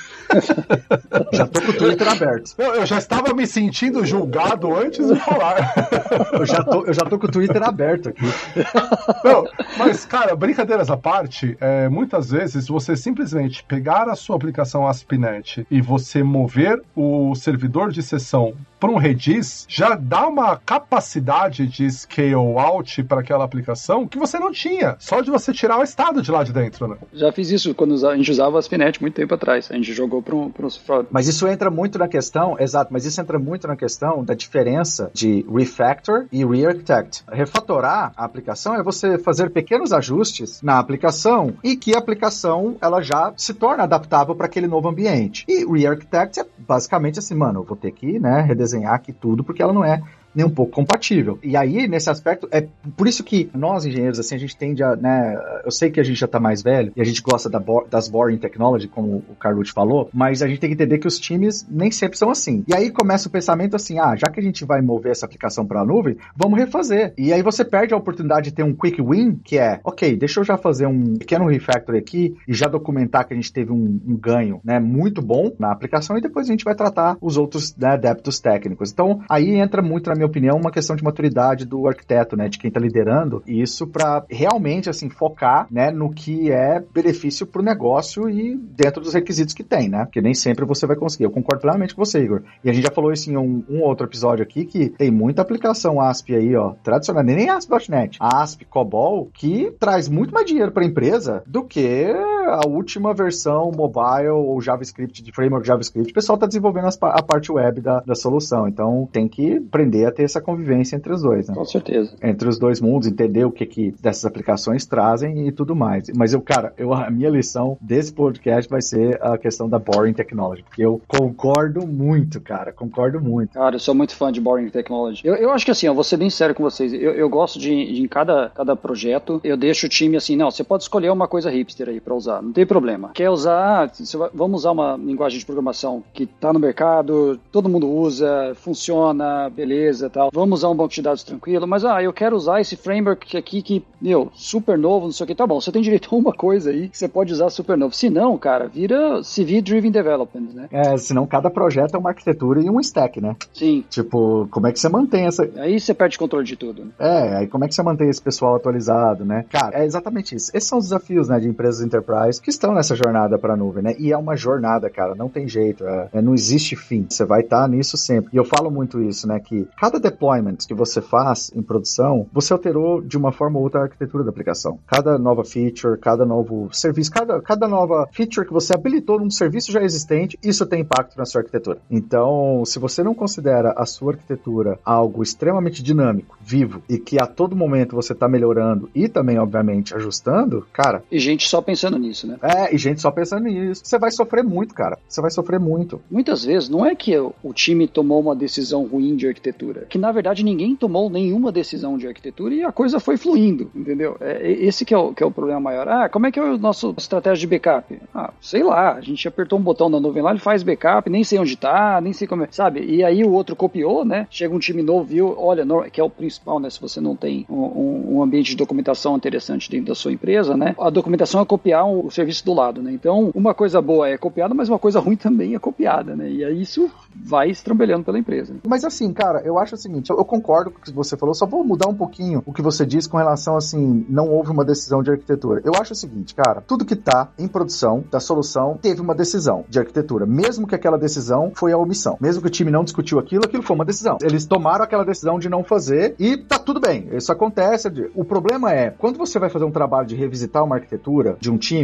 Já tô com o Twitter aberto. Eu, eu já estava me sentindo julgado antes de falar. eu, já tô, eu já tô com o Twitter aberto aqui. Não, mas, cara, brincadeiras à parte, é, muitas vezes você simplesmente pegar a sua aplicação ASP.NET e você mover o servidor de sessão para um Redis, já dá uma capacidade de scale out para aquela aplicação que você não tinha, só de você tirar o estado de lá de dentro, né? Já fiz isso quando a gente usava ASP.NET muito tempo atrás. A gente jogou para um... Mas isso entra muito na questão, exato, mas isso entra muito na questão da diferença de refactor e re-architect. Refatorar a aplicação é você fazer pequenos ajustes na aplicação e que a aplicação ela já se torna adaptável para aquele novo ambiente. E re-architect é basicamente assim, mano, eu vou ter que, né, redesenhar aqui tudo porque ela não é nem um pouco compatível. E aí, nesse aspecto, é por isso que nós, engenheiros, assim, a gente tende a, né, eu sei que a gente já tá mais velho e a gente gosta da bo- das boring technology, como o Carlucci falou, mas a gente tem que entender que os times nem sempre são assim. E aí começa o pensamento assim, ah, já que a gente vai mover essa aplicação para a nuvem, vamos refazer. E aí você perde a oportunidade de ter um quick win, que é, ok, deixa eu já fazer um pequeno refactor aqui e já documentar que a gente teve um, um ganho, né, muito bom na aplicação e depois a gente vai tratar os outros, né, débitos técnicos. Então, aí entra muito, na minha opinião, uma questão de maturidade do arquiteto, né, de quem está liderando isso para realmente, assim, focar, né, no que é benefício para o negócio e dentro dos requisitos que tem, né, porque nem sempre você vai conseguir. Eu concordo plenamente com você, Igor. E a gente já falou isso em um, um outro episódio aqui, que tem muita aplicação A S P aí, ó, tradicional, nem A S P ponto net, A S P, COBOL, que traz muito mais dinheiro para a empresa do que a última versão mobile ou JavaScript, de framework JavaScript. O pessoal está desenvolvendo as, a parte web da, da solução, então tem que aprender a ter essa convivência entre os dois, né? Com certeza. Entre os dois mundos, entender o que, que dessas aplicações trazem e tudo mais. Mas eu, cara, eu, a minha lição desse podcast vai ser a questão da boring technology, porque eu concordo muito, cara, concordo muito. Cara, eu sou muito fã de boring technology. Eu, eu acho que assim, eu vou ser bem sério com vocês, eu, eu gosto de, de em cada, cada projeto, eu deixo o time assim, não, você pode escolher uma coisa hipster aí pra usar, não tem problema. Quer usar, vai, vamos usar uma linguagem de programação que tá no mercado, todo mundo usa, funciona, beleza, tal. Vamos usar um banco de dados tranquilo, mas ah, eu quero usar esse framework aqui que, meu, super novo, não sei o que, tá bom, você tem direito a uma coisa aí que você pode usar super novo. Se não, cara, vira C V-driven development, né? É, senão cada projeto é uma arquitetura e um stack, né? Sim. Tipo, como é que você mantém essa... Aí você perde controle de tudo, né? É, aí como é que você mantém esse pessoal atualizado, né? Cara, é exatamente isso. Esses são os desafios, né, de empresas enterprise que estão nessa jornada pra nuvem, né? E é uma jornada, cara, não tem jeito, é, é, não existe fim. Você vai estar nisso sempre. E eu falo muito isso, né, que cada deployment que você faz em produção, você alterou de uma forma ou outra a arquitetura da aplicação. Cada nova feature, cada novo serviço, cada, cada nova feature que você habilitou num serviço já existente, isso tem impacto na sua arquitetura. Então, se você não considera a sua arquitetura algo extremamente dinâmico, vivo, e que a todo momento você está melhorando e também, obviamente, ajustando, cara... E gente só pensando nisso, né? É, e gente só pensando nisso. Você vai sofrer muito, cara. Você vai sofrer muito. Muitas vezes, não é que o time tomou uma decisão ruim de arquitetura, que na verdade ninguém tomou nenhuma decisão de arquitetura e a coisa foi fluindo, entendeu? É, esse que é, o, que é o problema maior. Ah, como é que é o nosso estratégia de backup? Ah, sei lá, a gente apertou um botão na nuvem lá, ele faz backup, nem sei onde tá, nem sei como é, sabe? E aí o outro copiou, né? Chega um time novo, viu, olha, que é o principal, né? Se você não tem um, um ambiente de documentação interessante dentro da sua empresa, né? A documentação é copiar o serviço do lado, né? Então, uma coisa boa é copiada, mas uma coisa ruim também é copiada, né? E aí isso vai estrambelhando pela empresa. Mas assim, cara, eu acho o seguinte, eu, eu concordo com o que você falou, só vou mudar um pouquinho o que você disse com relação, assim, não houve uma decisão de arquitetura. Eu acho o seguinte, cara, tudo que tá em produção da solução teve uma decisão de arquitetura, mesmo que aquela decisão foi a omissão. Mesmo que o time não discutiu aquilo, aquilo foi uma decisão. Eles tomaram aquela decisão de não fazer e tá tudo bem, isso acontece. O problema é, quando você vai fazer um trabalho de revisitar uma arquitetura de um time,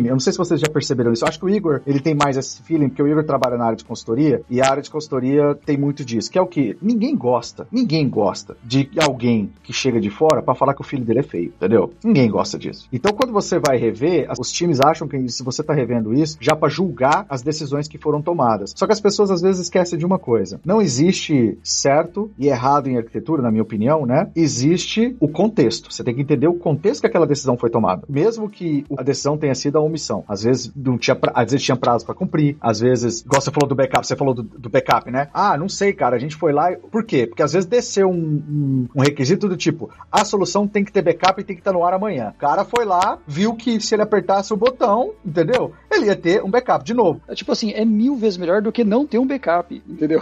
time, eu não sei se vocês já perceberam isso, eu acho que o Igor, ele tem mais esse feeling, porque o Igor trabalha na área de consultoria, e a área de consultoria tem muito disso, que é o que? Ninguém gosta, ninguém gosta de alguém que chega de fora pra falar que o filho dele é feio, entendeu? Ninguém gosta disso. Então, quando você vai rever, os times acham que se você tá revendo isso, já pra julgar as decisões que foram tomadas. Só que as pessoas às vezes esquecem de uma coisa. Não existe certo e errado em arquitetura, na minha opinião, né? Existe o contexto. Você tem que entender o contexto que aquela decisão foi tomada. Mesmo que a decisão tenha sido a omissão. Às vezes não tinha, pra... às vezes tinha prazo pra cumprir, às vezes, igual você falou do backup, você falou do, do backup, né? Ah, não sei, cara, a gente foi lá e... Por quê? Porque às vezes desceu um, um, um requisito do tipo, a solução tem que ter backup e tem que estar no ar amanhã. O cara foi lá, viu que se ele apertasse o botão, entendeu? Ele ia ter um backup de novo. É tipo assim, é mil vezes melhor do que não ter um backup, entendeu?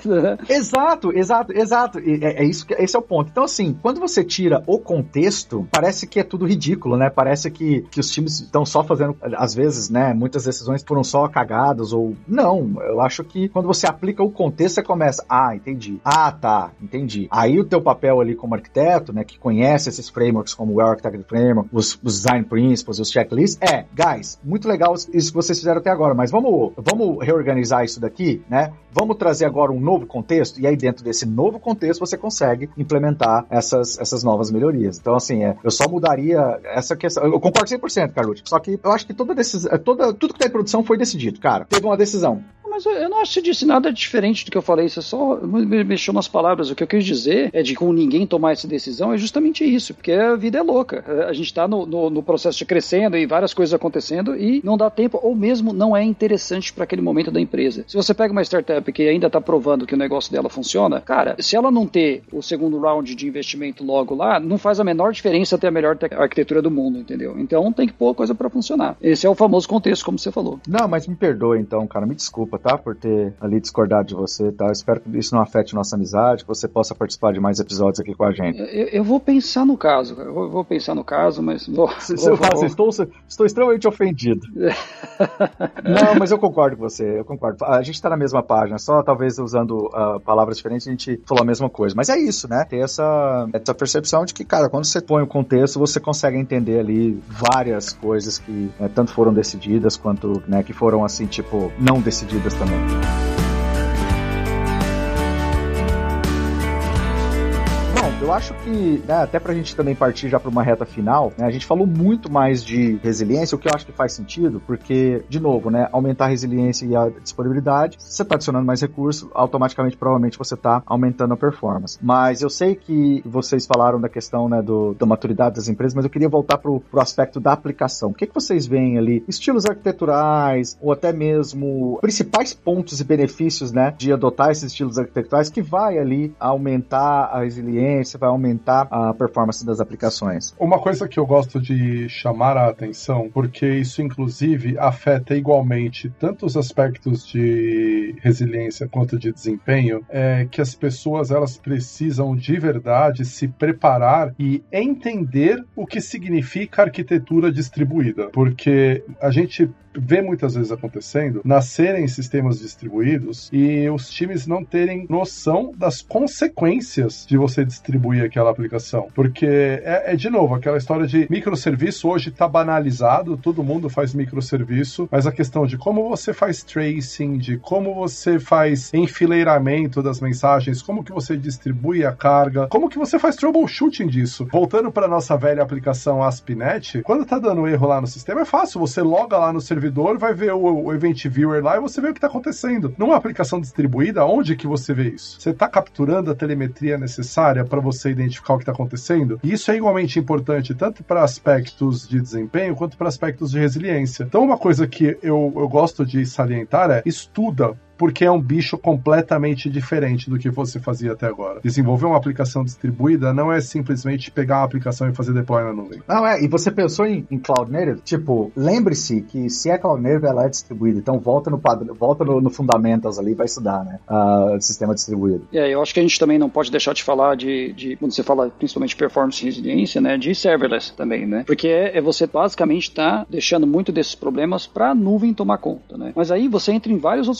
Exato, exato, exato. É, é isso que, esse é o ponto. Então, assim, quando você tira o contexto, parece que é tudo ridículo, né? Parece que, que os times estão só fazendo, às vezes, né? Muitas decisões foram só cagadas ou... Não, eu acho que quando você aplica o contexto, você começa, ah, entendi. Ah, tá, entendi. Aí o teu papel ali como arquiteto, né? Que conhece esses frameworks como o Well Architected Framework, os, os Design Principles, os checklists, é, guys, muito legal isso que vocês fizeram até agora, mas vamos, vamos reorganizar isso daqui, né? Vamos trazer agora um novo contexto, e aí dentro desse novo contexto você consegue implementar essas, essas novas melhorias. Então, assim, é, eu só mudaria essa questão. Eu concordo cem por cento, Carlucci, só que eu acho que toda decisão, toda, tudo que tá em produção foi decidido, cara. Teve uma decisão. Mas eu não acho que você disse nada diferente do que eu falei, você só me mexeu nas palavras. O que eu quis dizer é de com ninguém tomar essa decisão é justamente isso, porque a vida é louca. A gente está no, no, no processo de crescendo e várias coisas acontecendo e não dá tempo, ou mesmo não é interessante para aquele momento da empresa. Se você pega uma startup que ainda está provando que o negócio dela funciona, cara, se ela não ter o segundo round de investimento logo lá, não faz a menor diferença ter a melhor arquitetura do mundo, entendeu? Então tem que pôr a coisa para funcionar. Esse é o famoso contexto, como você falou. Não, mas me perdoe então, cara, me desculpa, tá? Por ter ali discordado de você, tá? Eu espero que isso não afete nossa amizade, que você possa participar de mais episódios aqui com a gente. Eu, eu vou pensar no caso, eu vou, vou pensar no caso, mas vou... Se, vou, vou, vou. Estou, estou extremamente ofendido. Não, mas eu concordo com você, eu concordo. A gente tá na mesma página, só talvez usando uh, palavras diferentes a gente falou a mesma coisa. Mas é isso, né? Ter essa, essa percepção de que, cara, quando você põe o contexto, você consegue entender ali várias coisas que né, tanto foram decididas quanto, né, que foram assim, tipo, não decididas também. Eu acho que, né, até pra gente também partir já pra uma reta final, né, a gente falou muito mais de resiliência, o que eu acho que faz sentido, porque, de novo, né, aumentar a resiliência e a disponibilidade, você tá adicionando mais recursos, automaticamente, provavelmente, você tá aumentando a performance. Mas eu sei que vocês falaram da questão, né, do, da maturidade das empresas, mas eu queria voltar pro, pro aspecto da aplicação. O que que vocês veem ali? Estilos arquiteturais, ou até mesmo principais pontos e benefícios, né, de adotar esses estilos arquiteturais que vai ali aumentar a resiliência, vai aumentar a performance das aplicações. Uma coisa que eu gosto de chamar a atenção, porque isso inclusive afeta igualmente tanto os aspectos de resiliência quanto de desempenho, é que as pessoas elas precisam de verdade se preparar e entender o que significa arquitetura distribuída, porque a gente vê muitas vezes acontecendo, nascerem sistemas distribuídos e os times não terem noção das consequências de você distribuir aquela aplicação. Porque é, é de novo, aquela história de microserviço hoje está banalizado, todo mundo faz microserviço, mas a questão de como você faz tracing, de como você faz enfileiramento das mensagens, como que você distribui a carga, como que você faz troubleshooting disso. Voltando para nossa velha aplicação ASP.NET, quando tá dando erro lá no sistema, é fácil, você loga lá no servidor, vai ver o, o Event Viewer lá e você vê o que está acontecendo. Numa aplicação distribuída, onde que você vê isso? Você está capturando a telemetria necessária para você identificar o que está acontecendo? E isso é igualmente importante tanto para aspectos de desempenho quanto para aspectos de resiliência. Então, uma coisa que eu, eu gosto de salientar é estuda, porque é um bicho completamente diferente do que você fazia até agora. Desenvolver uma aplicação distribuída não é simplesmente pegar uma aplicação e fazer deploy na nuvem. Não, é, e você pensou em, em Cloud Native? Tipo, lembre-se que se é Cloud Native, ela é distribuída. Então volta no padrão, volta no, no Fundamentals ali e vai estudar, né? Uh, sistema distribuído. É, eu acho que a gente também não pode deixar de falar de, de quando você fala principalmente performance e resiliência, né? De serverless também, né? Porque é, é você basicamente tá deixando muito desses problemas para a nuvem tomar conta, né? Mas aí você entra em vários outros problemas.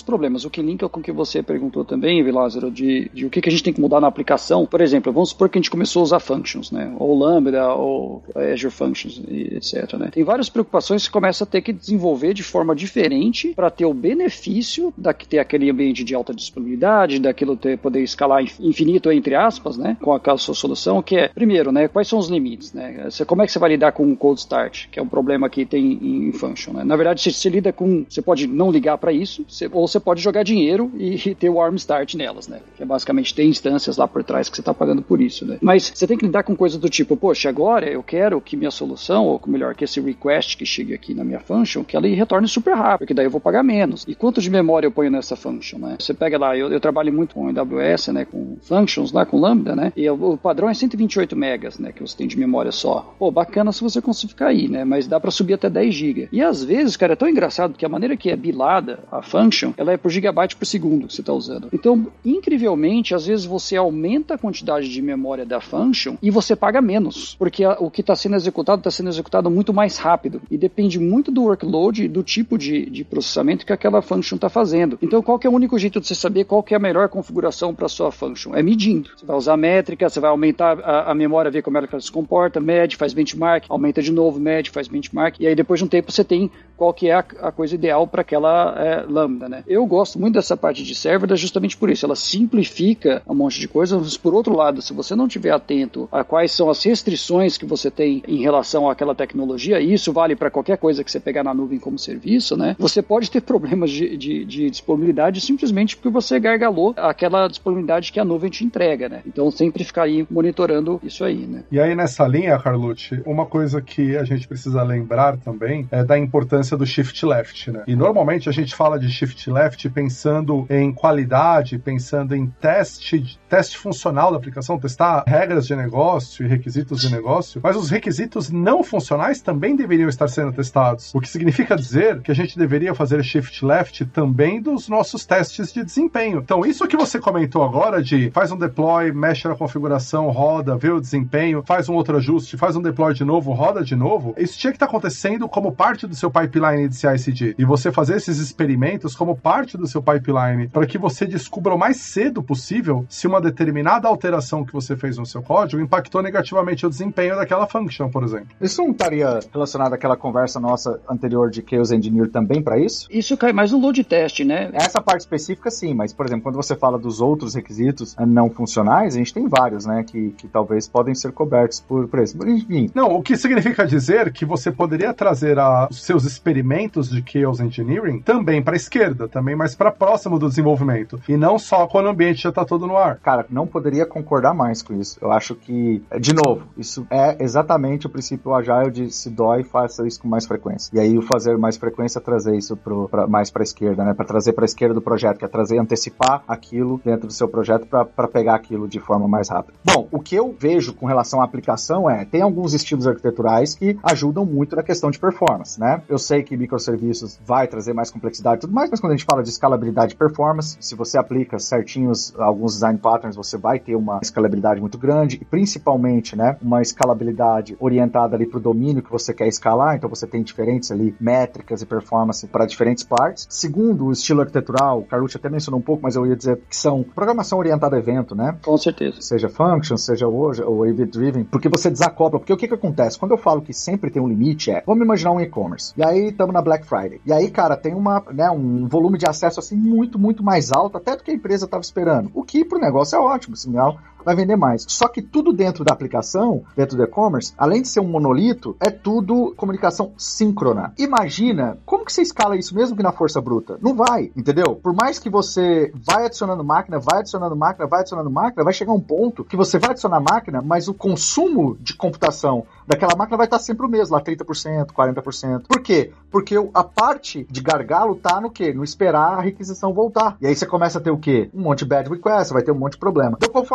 o que linka com o que você perguntou também, Vilázaro, de, de o que, que a gente tem que mudar na aplicação. Por exemplo, vamos supor que a gente começou a usar functions, né? Ou Lambda, ou Azure Functions, etcétera, né? Tem várias preocupações que você começa a ter que desenvolver de forma diferente para ter o benefício de ter aquele ambiente de alta disponibilidade, daquilo ter, poder escalar infinito, entre aspas, né? Com aquela sua solução, que é, primeiro, né? Quais são os limites, né? Você, como é que você vai lidar com o cold start, que é um problema que tem em function, né? Na verdade, você, você lida com, você pode não ligar para isso, você, ou você pode jogar dinheiro e, e ter o warm start nelas, né? Que é basicamente ter instâncias lá por trás que você está pagando por isso, né? Mas você tem que lidar com coisas do tipo, poxa, agora eu quero que minha solução, ou melhor, que esse request que chegue aqui na minha function, que ela retorne super rápido, porque daí eu vou pagar menos. E quanto de memória eu ponho nessa function, né? Você pega lá, eu, eu trabalho muito com A W S, né? Com functions lá, com Lambda, né? E o, o padrão é cento e vinte e oito megas, né? Que você tem de memória só. Pô, bacana se você conseguir ficar aí, né? Mas dá para subir até dez gigas. E às vezes, cara, é tão engraçado que a maneira que é bilada a function, ela é por gigabyte por segundo que você está usando. Então, incrivelmente, às vezes você aumenta a quantidade de memória da function e você paga menos, porque a, o que está sendo executado está sendo executado muito mais rápido e depende muito do workload e do tipo de, de processamento que aquela function está fazendo. Então, qual que é o único jeito de você saber qual que é a melhor configuração para a sua function? É medindo. Você vai usar métrica, você vai aumentar a, a memória, ver como ela se comporta, mede, faz benchmark, aumenta de novo, mede, faz benchmark, e aí depois de um tempo você tem qual que é a, a coisa ideal para aquela é, lambda, né? Eu gosto muito dessa parte de serverless justamente por isso, ela simplifica um monte de coisas, mas por outro lado, se você não estiver atento a quais são as restrições que você tem em relação àquela tecnologia, e isso vale para qualquer coisa que você pegar na nuvem como serviço, né? Você pode ter problemas de, de, de disponibilidade simplesmente porque você gargalou aquela disponibilidade que a nuvem te entrega, né? Então sempre ficar aí monitorando isso aí, né? E aí nessa linha, Carlucci, uma coisa que a gente precisa lembrar também é da importância do shift left, né? E normalmente a gente fala de shift left pensando em qualidade, pensando em teste, teste funcional da aplicação, testar regras de negócio e requisitos de negócio, mas os requisitos não funcionais também deveriam estar sendo testados, o que significa dizer que a gente deveria fazer shift left também dos nossos testes de desempenho. Então isso que você comentou agora de faz um deploy, mexe na configuração, roda, vê o desempenho, faz um outro ajuste, faz um deploy de novo, roda de novo, isso tinha que estar acontecendo como parte do seu pipeline de C I C D. E você fazer esses experimentos como parte do seu pipeline para que você descubra o mais cedo possível se uma determinada alteração que você fez no seu código impactou negativamente o desempenho daquela function, por exemplo. Isso não estaria relacionado àquela conversa nossa anterior de Chaos Engineer também para isso? Isso cai mais no load test, né? Essa parte específica sim, mas, por exemplo, quando você fala dos outros requisitos não funcionais, a gente tem vários, né, que, que talvez podem ser cobertos por, por isso. Enfim. Não, o que significa dizer que você poderia trazer a, os seus experimentos de Chaos Engineering também para a esquerda, também mais para próximo do desenvolvimento, e não só quando o ambiente já está todo no ar. Cara, não poderia concordar mais com isso. Eu acho que, de novo, isso é exatamente o princípio agile de se dói, faça isso com mais frequência. E aí o fazer mais frequência é trazer isso pro, pra, mais para a esquerda, né? Para trazer para a esquerda do projeto, que é trazer, antecipar aquilo dentro do seu projeto para pegar aquilo de forma mais rápida. Bom, o que eu vejo com relação à aplicação é, tem alguns estilos arquiteturais que ajudam muito na questão de performance, né? Eu sei que microserviços vai trazer mais complexidade e tudo mais, mas quando a gente fala de escalabilidade e performance, se você aplica certinhos alguns design patterns, você vai ter uma escalabilidade muito grande e principalmente, né, uma escalabilidade orientada ali para o domínio que você quer escalar, então você tem diferentes ali métricas e performance para diferentes partes. Segundo, o estilo arquitetural, o Carlucci até mencionou um pouco, mas eu ia dizer que são programação orientada a evento, né? Com certeza. Seja function, seja hoje, ou event driven, porque você desacopla, porque o que que acontece? Quando eu falo que sempre tem um limite, é, vamos imaginar um e-commerce, e aí estamos na Black Friday, e aí, cara, tem uma, né, um volume de acesso assim muito, muito mais alto até do que a empresa estava esperando, o que pro negócio é ótimo, sinal vai vender mais. Só que tudo dentro da aplicação, dentro do e-commerce, além de ser um monolito, é tudo comunicação síncrona. Imagina, como que você escala isso mesmo que na força bruta? Não vai, entendeu? Por mais que você vai adicionando máquina, vai adicionando máquina, vai adicionando máquina, vai chegar um ponto que você vai adicionar máquina, mas o consumo de computação daquela máquina vai estar sempre o mesmo, lá trinta por cento, quarenta por cento. Por quê? Porque a parte de gargalo tá no quê? No esperar a requisição voltar. E aí você começa a ter o quê? Um monte de bad requests, vai ter um monte de problema. Então, conforme você vai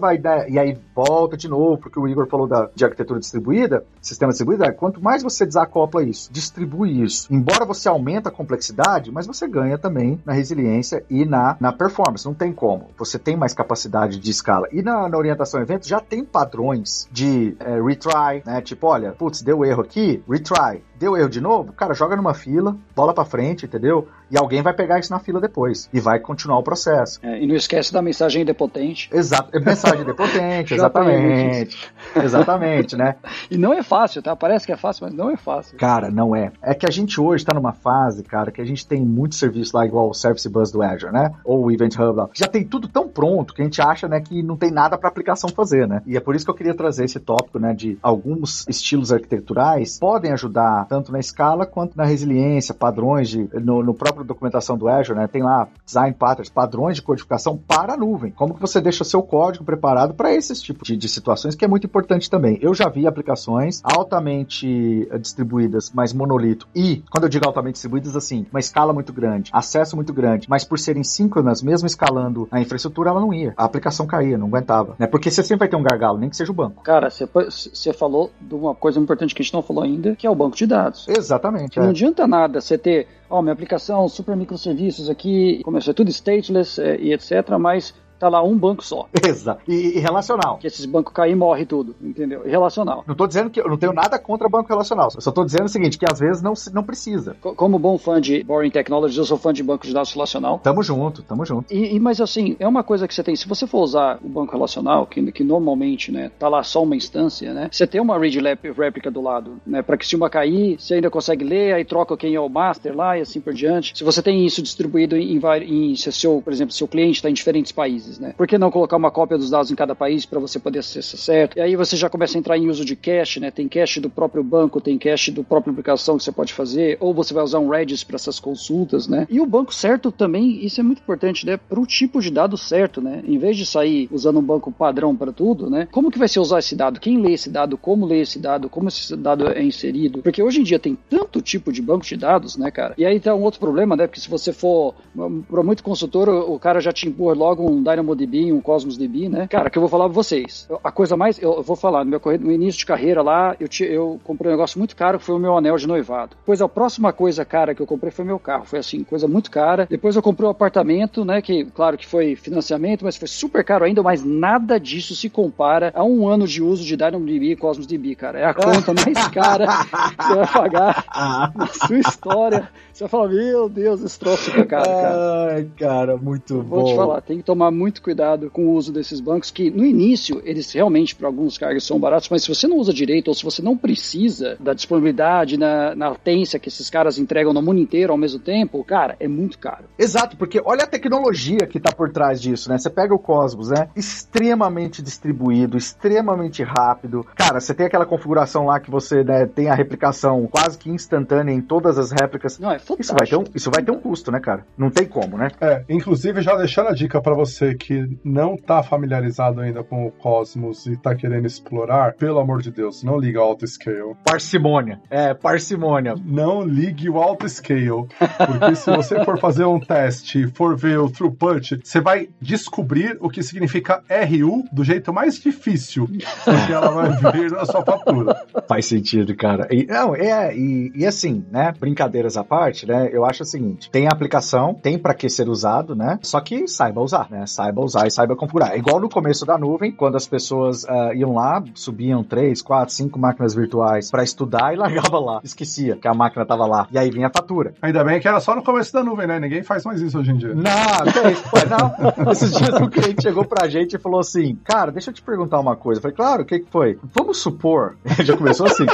vai dar, e aí volta de novo, porque o Igor falou da, de arquitetura distribuída, sistema distribuído, é, quanto mais você desacopla isso, distribui isso, embora você aumente a complexidade, mas você ganha também na resiliência e na, na performance, não tem como. Você tem mais capacidade de escala. E na, na orientação a eventos já tem padrões de é, retry, né? Tipo, olha, putz, deu erro aqui, retry. Deu erro de novo, cara, joga numa fila, bola pra frente, entendeu? E alguém vai pegar isso na fila depois e vai continuar o processo. É, e não esquece da mensagem idempotente. Exato, mensagem idempotente, exatamente. Exatamente, né? E não é fácil, tá? Parece que é fácil, mas não é fácil. Cara, não é. É que a gente hoje tá numa fase, cara, que a gente tem muito serviço lá, igual o Service Bus do Azure, né? Ou o Event Hub lá. Já tem tudo tão pronto que a gente acha, né, que não tem nada pra aplicação fazer, né? E é por isso que eu queria trazer esse tópico, né, de alguns estilos arquiteturais podem ajudar tanto na escala quanto na resiliência, padrões de, no, no próprio documentação do Azure, né, tem lá design patterns, padrões de codificação para a nuvem. Como que você deixa o seu código preparado para esses tipos de, de situações, que é muito importante também. Eu já vi aplicações altamente distribuídas, mas monolito, e quando eu digo altamente distribuídas, assim, uma escala muito grande, acesso muito grande, mas por serem síncronas, mesmo escalando a infraestrutura, ela não ia. A aplicação caía, não aguentava, né? Porque você sempre vai ter um gargalo, nem que seja o banco. Cara, você falou de uma coisa importante que a gente não falou ainda, que é o banco de dados. Exatamente. Não é. adianta nada você ter, ó, minha aplicação, super microserviços aqui, começou é tudo stateless é, e etcétera, mas tá lá um banco só. Exato. E, e relacional. Que esses bancos caem e morre tudo, entendeu? E relacional. Não tô dizendo que eu não tenho nada contra banco relacional. Eu só tô dizendo o seguinte, que às vezes não, não precisa. Como bom fã de Boring Technologies, eu sou fã de banco de dados relacional. Tamo junto, tamo junto. E, e, mas assim, é uma coisa que você tem, se você for usar o banco relacional, que, que normalmente, né, tá lá só uma instância, né, você tem uma read réplica do lado, né, para que se uma cair, você ainda consegue ler, aí troca quem é o master lá e assim por diante. Se você tem isso distribuído em, em, em se seu, por exemplo, seu cliente está em diferentes países, né, por que não colocar uma cópia dos dados em cada país para você poder acessar certo? E aí você já começa a entrar em uso de cache, né? Tem cache do próprio banco, tem cache do próprio aplicação que você pode fazer, ou você vai usar um Redis para essas consultas, né? E o banco certo também, isso é muito importante, né? Para o tipo de dado certo, né? Em vez de sair usando um banco padrão para tudo, né? Como que vai ser usar esse dado? Quem lê esse dado? Como lê esse dado? Como esse dado é inserido? Porque hoje em dia tem tanto tipo de banco de dados, né, cara? E aí tem um outro problema, né? Porque se você for para muito consultor, o cara já te impor logo um DynamoDB, um Cosmos D B, né? Cara, que eu vou falar pra vocês. A coisa mais, eu vou falar, no meu no início de carreira lá, eu, te, eu comprei um negócio muito caro, que foi o meu anel de noivado. Depois a próxima coisa cara que eu comprei foi meu carro. Foi assim, coisa muito cara. Depois eu comprei um apartamento, né? Que, claro que foi financiamento, mas foi super caro ainda, mas nada disso se compara a um ano de uso de DynamoDB e Cosmos D B, cara. É a conta mais cara que você vai pagar na sua história. Você vai falar, meu Deus, esse troço fica caro, cara. Ai, cara, muito Vou bom. Vou te falar, tem que tomar muito cuidado com o uso desses bancos, que no início, eles realmente, para alguns cargos, são baratos, mas se você não usa direito, ou se você não precisa da disponibilidade, na, na latência que esses caras entregam no mundo inteiro ao mesmo tempo, cara, é muito caro. Exato, porque olha a tecnologia que tá por trás disso, né? Você pega o Cosmos, né? Extremamente distribuído, extremamente rápido. Cara, você tem aquela configuração lá que você, né, tem a replicação quase que instantânea em todas as réplicas. Não, é fantástico. Isso vai ter um, isso vai ter um custo, né, cara? Não tem como, né? É, inclusive já deixando a dica pra você que não tá familiarizado ainda com o Cosmos e tá querendo explorar, pelo amor de Deus, não liga ao Autoscale. Parcimônia. É, parcimônia. Não ligue o Autoscale, porque se você for fazer um teste e for ver o throughput, você vai descobrir o que significa R U do jeito mais difícil, porque ela vai vir na sua fatura. Faz sentido, cara. E, não, é, e, e assim, né, brincadeiras à parte, né, eu acho o seguinte, tem a aplicação, tem pra que ser usado, né, só que saiba usar, né, saiba usar e saiba configurar. É igual no começo da nuvem, quando as pessoas uh, iam lá, subiam três, quatro, cinco máquinas virtuais pra estudar e largava lá. Esquecia que a máquina tava lá. E aí vinha a fatura. Ainda bem que era só no começo da nuvem, né? Ninguém faz mais isso hoje em dia. Não, ué, não. Esses dias um cliente chegou pra gente e falou assim, cara, deixa eu te perguntar uma coisa. Eu falei, claro, o que que foi? Vamos supor... Já começou assim.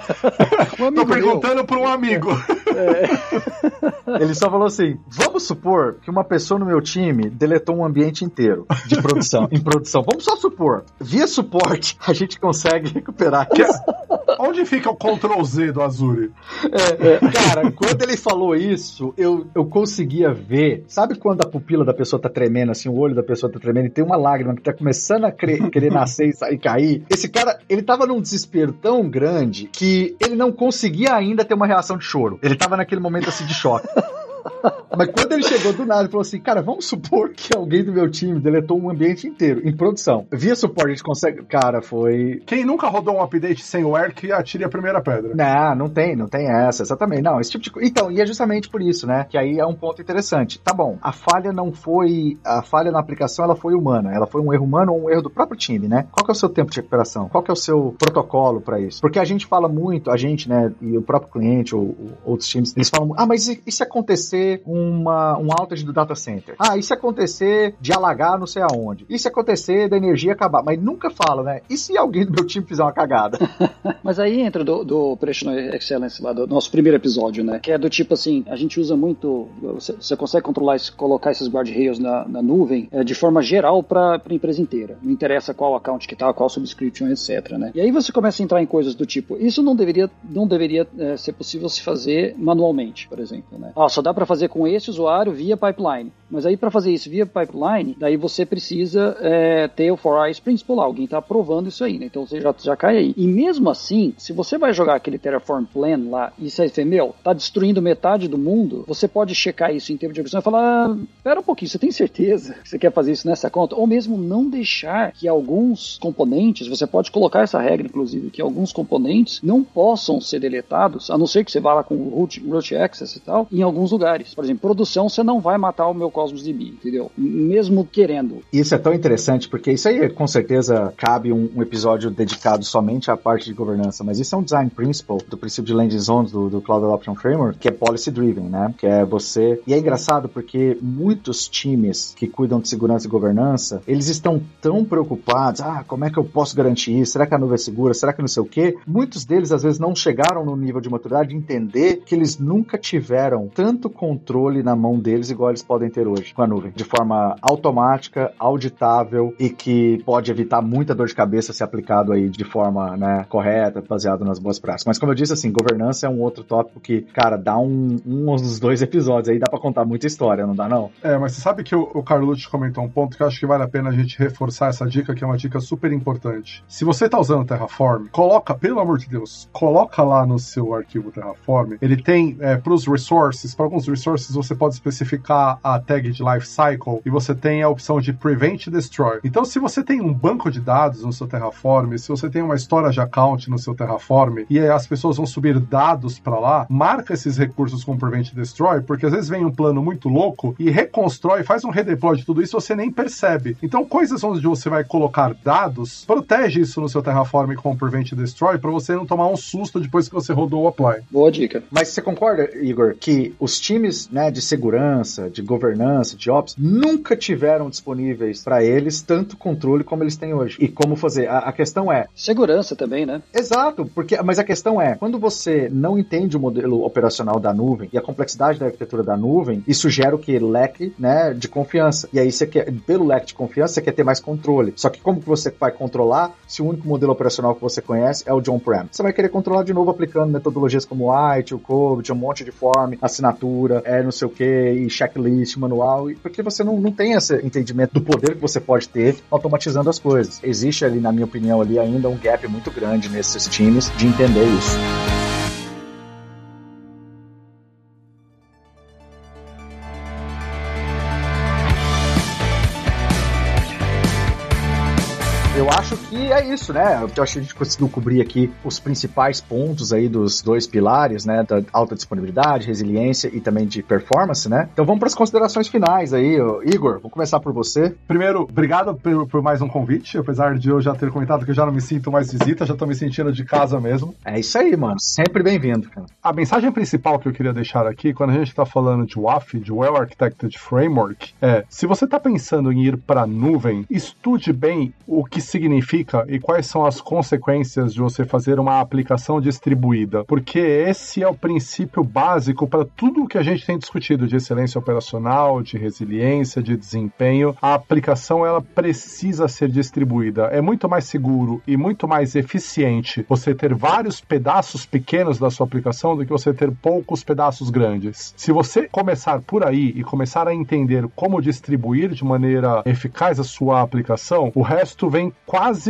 Um Tô perguntando para um amigo. É. Ele só falou assim, vamos supor que uma pessoa no meu time deletou um ambiente inteiro de produção, em produção. Vamos só supor. Via suporte, a gente consegue recuperar isso. Onde fica o control Z do Azure? É, é, cara, quando ele falou isso, eu, eu conseguia ver. Sabe quando a pupila da pessoa tá tremendo, assim, o olho da pessoa tá tremendo e tem uma lágrima que tá começando a cre- querer nascer e, sair, e cair? Esse cara, ele tava num desespero tão grande que ele não conseguia ainda ter uma reação de choro. Ele tava naquele momento assim de choque. Mas quando ele chegou do nada, ele falou assim, cara, vamos supor que alguém do meu time deletou um ambiente inteiro, em produção. Via suporte, a gente consegue... Cara, foi... Quem nunca rodou um update sem o Eric, atire a primeira pedra. Não, não tem, não tem essa, exatamente. Não, esse tipo de coisa. Então, e é justamente por isso, né? Que aí é um ponto interessante. Tá bom, a falha não foi... A falha na aplicação, ela foi humana. Ela foi um erro humano ou um erro do próprio time, né? Qual que é o seu tempo de recuperação? Qual que é o seu protocolo pra isso? Porque a gente fala muito, a gente, né, e o próprio cliente ou, ou outros times, eles falam, ah, mas e, e se acontecer uma, um outage do data center? Ah, e se acontecer de alagar não sei aonde? E se acontecer da energia acabar? Mas nunca fala, né? E se alguém do meu time fizer uma cagada? Mas aí entra do, do Operational Excellence lá, do nosso primeiro episódio, né? Que é do tipo assim, a gente usa muito, você, você consegue controlar, colocar esses guardrails na, na nuvem é, de forma geral para a empresa inteira. Não interessa qual account que tá, qual subscription, etcétera, né? E aí você começa a entrar em coisas do tipo, isso não deveria, não deveria é, ser possível se fazer manualmente, por exemplo, né? Ah, só dá para fazer com esse usuário via pipeline. Mas aí para fazer isso via pipeline, daí você precisa é, ter o four eyes principal lá, alguém está aprovando isso aí, né? Então você já, já cai aí. E mesmo assim, se você vai jogar aquele Terraform Plan lá e você fala, meu, tá destruindo metade do mundo, você pode checar isso em tempo de execução e falar, ah, pera um pouquinho, você tem certeza que você quer fazer isso nessa conta? Ou mesmo não deixar que alguns componentes, você pode colocar essa regra, inclusive, que alguns componentes não possam ser deletados, a não ser que você vá lá com o root, root access e tal, em alguns lugares. Por exemplo, produção, você não vai matar o meu Cosmos D B, entendeu? Mesmo querendo. Isso é tão interessante, porque isso aí, com certeza, cabe um, um episódio dedicado somente à parte de governança, mas isso é um design principle do princípio de landing zones do, do Cloud Adoption Framework, que é policy driven, né? Que é você... E é engraçado porque muitos times que cuidam de segurança e governança, eles estão tão preocupados, ah, como é que eu posso garantir isso? Será que a nuvem é segura? Será que não sei o quê? Muitos deles, às vezes, não chegaram no nível de maturidade de entender que eles nunca tiveram tanto controle na mão deles igual eles podem ter hoje com a nuvem, de forma automática, auditável e que pode evitar muita dor de cabeça se aplicado aí de forma, né, correta, baseado nas boas práticas. Mas como eu disse, assim, governança é um outro tópico que, cara, dá um, um dos dois episódios aí, dá pra contar muita história, não dá não? É, mas você sabe que o, o Carlucci comentou um ponto que eu acho que vale a pena a gente reforçar essa dica, que é uma dica super importante. Se você tá usando Terraform, coloca, pelo amor de Deus, coloca lá no seu arquivo Terraform, ele tem, é, pros resources, para alguns resources você pode especificar a tag de lifecycle e você tem a opção de Prevent e Destroy. Então, se você tem um banco de dados no seu Terraform, se você tem uma storage account no seu Terraform e as pessoas vão subir dados para lá, marca esses recursos com Prevent e Destroy, porque às vezes vem um plano muito louco e reconstrói, faz um redeploy de tudo isso, você nem percebe. Então, coisas onde você vai colocar dados, protege isso no seu Terraform com Prevent e Destroy para você não tomar um susto depois que você rodou o apply. Boa dica. Mas você concorda, Igor, que os times, né, de segurança, de governança, de ops, nunca tiveram disponíveis para eles tanto controle como eles têm hoje? E como fazer? A, a questão é... Segurança também, né? Exato, porque, mas a questão é, quando você não entende o modelo operacional da nuvem e a complexidade da arquitetura da nuvem, isso gera o que? Leque, né, de confiança. E aí você quer, pelo leque de confiança, você quer ter mais controle. Só que como que você vai controlar se o único modelo operacional que você conhece é o de on-prem? Você vai querer controlar de novo aplicando metodologias como I T, o Code, um monte de form, assinatura, é não sei o que, e checklist, manual, porque você não, não tem esse entendimento do poder que você pode ter automatizando as coisas. Existe ali, na minha opinião, ali ainda um gap muito grande nesses times de entender isso. Eu acho que é isso, né? Eu acho que a gente conseguiu cobrir aqui os principais pontos aí dos dois pilares, né? Da alta disponibilidade, resiliência e também de performance, né? Então vamos para as considerações finais aí. Igor, vou começar por você. Primeiro, obrigado por, por mais um convite, apesar de eu já ter comentado que eu já não me sinto mais visita, já tô me sentindo de casa mesmo. É isso aí, mano. Sempre bem-vindo, cara. A mensagem principal que eu queria deixar aqui, quando a gente tá falando de W A F, de Well Architected Framework, é, se você tá pensando em ir para a nuvem, estude bem o que significa e quais são as consequências de você fazer uma aplicação distribuída, porque esse é o princípio básico para tudo o que a gente tem discutido de excelência operacional, de resiliência, de desempenho. A aplicação, ela precisa ser distribuída. É muito mais seguro e muito mais eficiente você ter vários pedaços pequenos da sua aplicação do que você ter poucos pedaços grandes. Se você começar por aí e começar a entender como distribuir de maneira eficaz a sua aplicação, o resto vem quase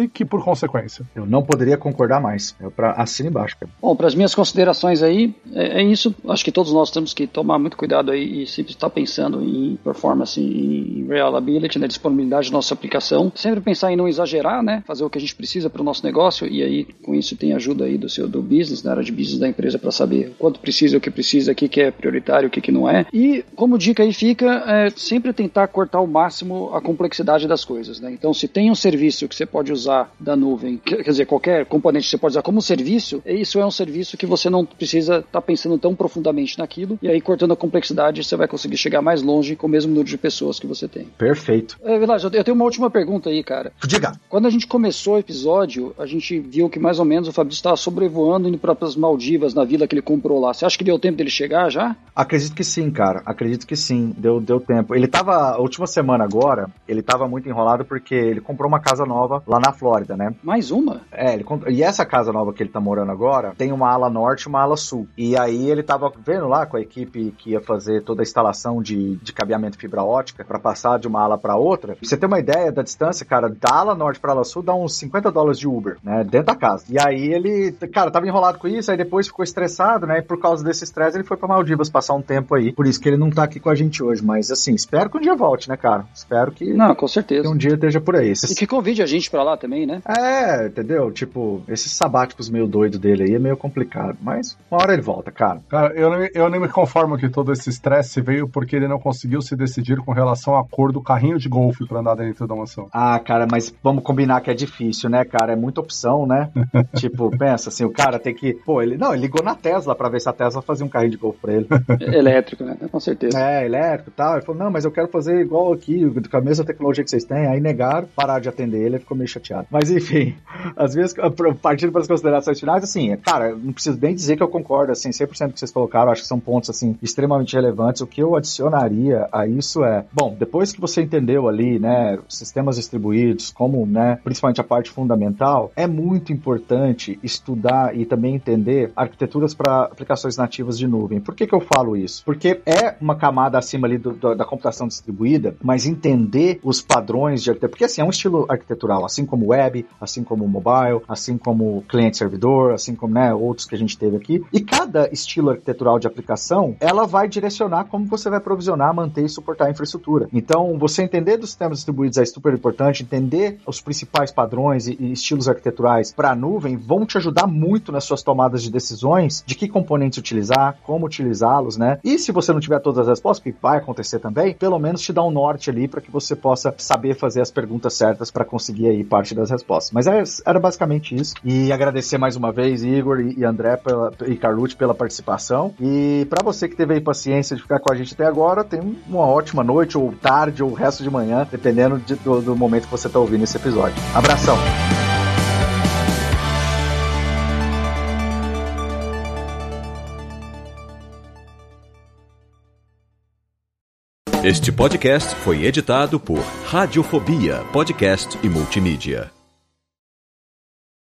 e que por consequência. Eu não poderia concordar mais. É para assina embaixo, cara. Bom, para as minhas considerações aí, é, é isso. Acho que todos nós temos que tomar muito cuidado aí e sempre estar pensando em performance, em reliability, na disponibilidade da nossa aplicação. Sempre pensar em não exagerar, né? Fazer o que a gente precisa para o nosso negócio e aí com isso tem ajuda aí do seu do business, da área de business da empresa para saber o quanto precisa, o que precisa, o que, que é prioritário, o que, que não é. E como dica aí fica, é sempre tentar cortar ao máximo a complexidade das coisas, né? Então se tem um serviço que você pode usar da nuvem, quer dizer, qualquer componente que você pode usar como serviço, isso é um serviço que você não precisa estar tá pensando tão profundamente naquilo, e aí cortando a complexidade você vai conseguir chegar mais longe com o mesmo número de pessoas que você tem. Perfeito. É, Vilagem, eu tenho uma última pergunta aí, cara. Diga. Quando a gente começou o episódio, a gente viu que mais ou menos o Fabrício estava sobrevoando indo para as Maldivas, na vila que ele comprou lá. Você acha que deu tempo dele chegar já? Acredito que sim, cara. Acredito que sim. Deu, deu tempo. Ele tava, a última semana agora, ele tava muito enrolado porque ele comprou uma casa nova lá na Flórida, né? Mais uma? É, ele comprou, e essa casa nova que ele tá morando agora tem uma ala norte e uma ala sul. E aí ele tava vendo lá com a equipe que ia fazer toda a instalação de, de cabeamento fibra ótica para passar de uma ala para outra. Pra você ter uma ideia da distância, cara, da ala norte pra ala sul dá uns cinquenta dólares de Uber, né? Dentro da casa. E aí ele, cara, tava enrolado com isso, aí depois ficou estressado, né? E por causa desse estresse ele foi pra Maldivas passar um tempo aí. Por isso que ele não tá aqui com a gente hoje. Mas assim, espero que um dia volte, né, cara? Espero que... Não, com certeza. Que um dia esteja por aí. E que convide a gente pra lá também, né? É, entendeu? Tipo, esses sabáticos meio doido dele aí é meio complicado. Mas uma hora ele volta, cara. Cara, eu nem, eu nem me conformo que todo esse estresse veio porque ele não conseguiu se decidir com relação à cor do carrinho de golfe pra andar dentro da mansão. Ah, cara, mas vamos combinar que é difícil, né, cara? É muita opção, né? Tipo, pensa assim, o cara tem que... Pô, ele não, ele ligou na Tesla pra ver se a Tesla fazia um carrinho de golfe pra ele. Elétrico, né? Com certeza. É, elétrico e tal. Ele falou, não, mas eu quero fazer igual aqui, com a mesma tecnologia que vocês têm. Aí negaram, pararam de atender ele, ele ficou meio chateado. Mas enfim, às vezes, partindo para as considerações finais, assim, cara, não preciso bem dizer que eu concordo, assim, cem por cento que vocês colocaram, acho que são pontos, assim, extremamente relevantes. O que eu adicionaria a isso é, bom, depois que você entendeu ali, né, sistemas distribuídos, como, né, principalmente a parte fundamental, é muito importante estudar e também entender arquiteturas para aplicações nativas de nuvem. Por que que eu falo isso? Porque é uma camada acima ali do, do, da computação distribuída, mas entender os padrões de arquitetura, porque assim, é um estilo arquitetural, assim como web, assim como mobile, assim como cliente-servidor, assim como, né, outros que a gente teve aqui, e cada estilo arquitetural de aplicação, ela vai direcionar como você vai provisionar, manter e suportar a infraestrutura. Então, você entender dos sistemas distribuídos é super importante, entender os principais padrões e, e estilos arquiteturais para a nuvem vão te ajudar muito nas suas tomadas de decisões, de que componentes utilizar, como utilizá-los, né? E se você não tiver todas as respostas, que vai acontecer também, pelo menos te dá um norte ali para que você possa saber fazer as perguntas certas para conseguir aí parte das respostas. Mas era, era basicamente isso. E agradecer mais uma vez, Igor e, e André pela, e Carlucci pela participação. E para você que teve aí paciência de ficar com a gente até agora, tem uma ótima noite, ou tarde, ou resto de manhã, dependendo de, do, do momento que você está ouvindo esse episódio. Abração! Este podcast foi editado por Radiofobia, podcast e multimídia.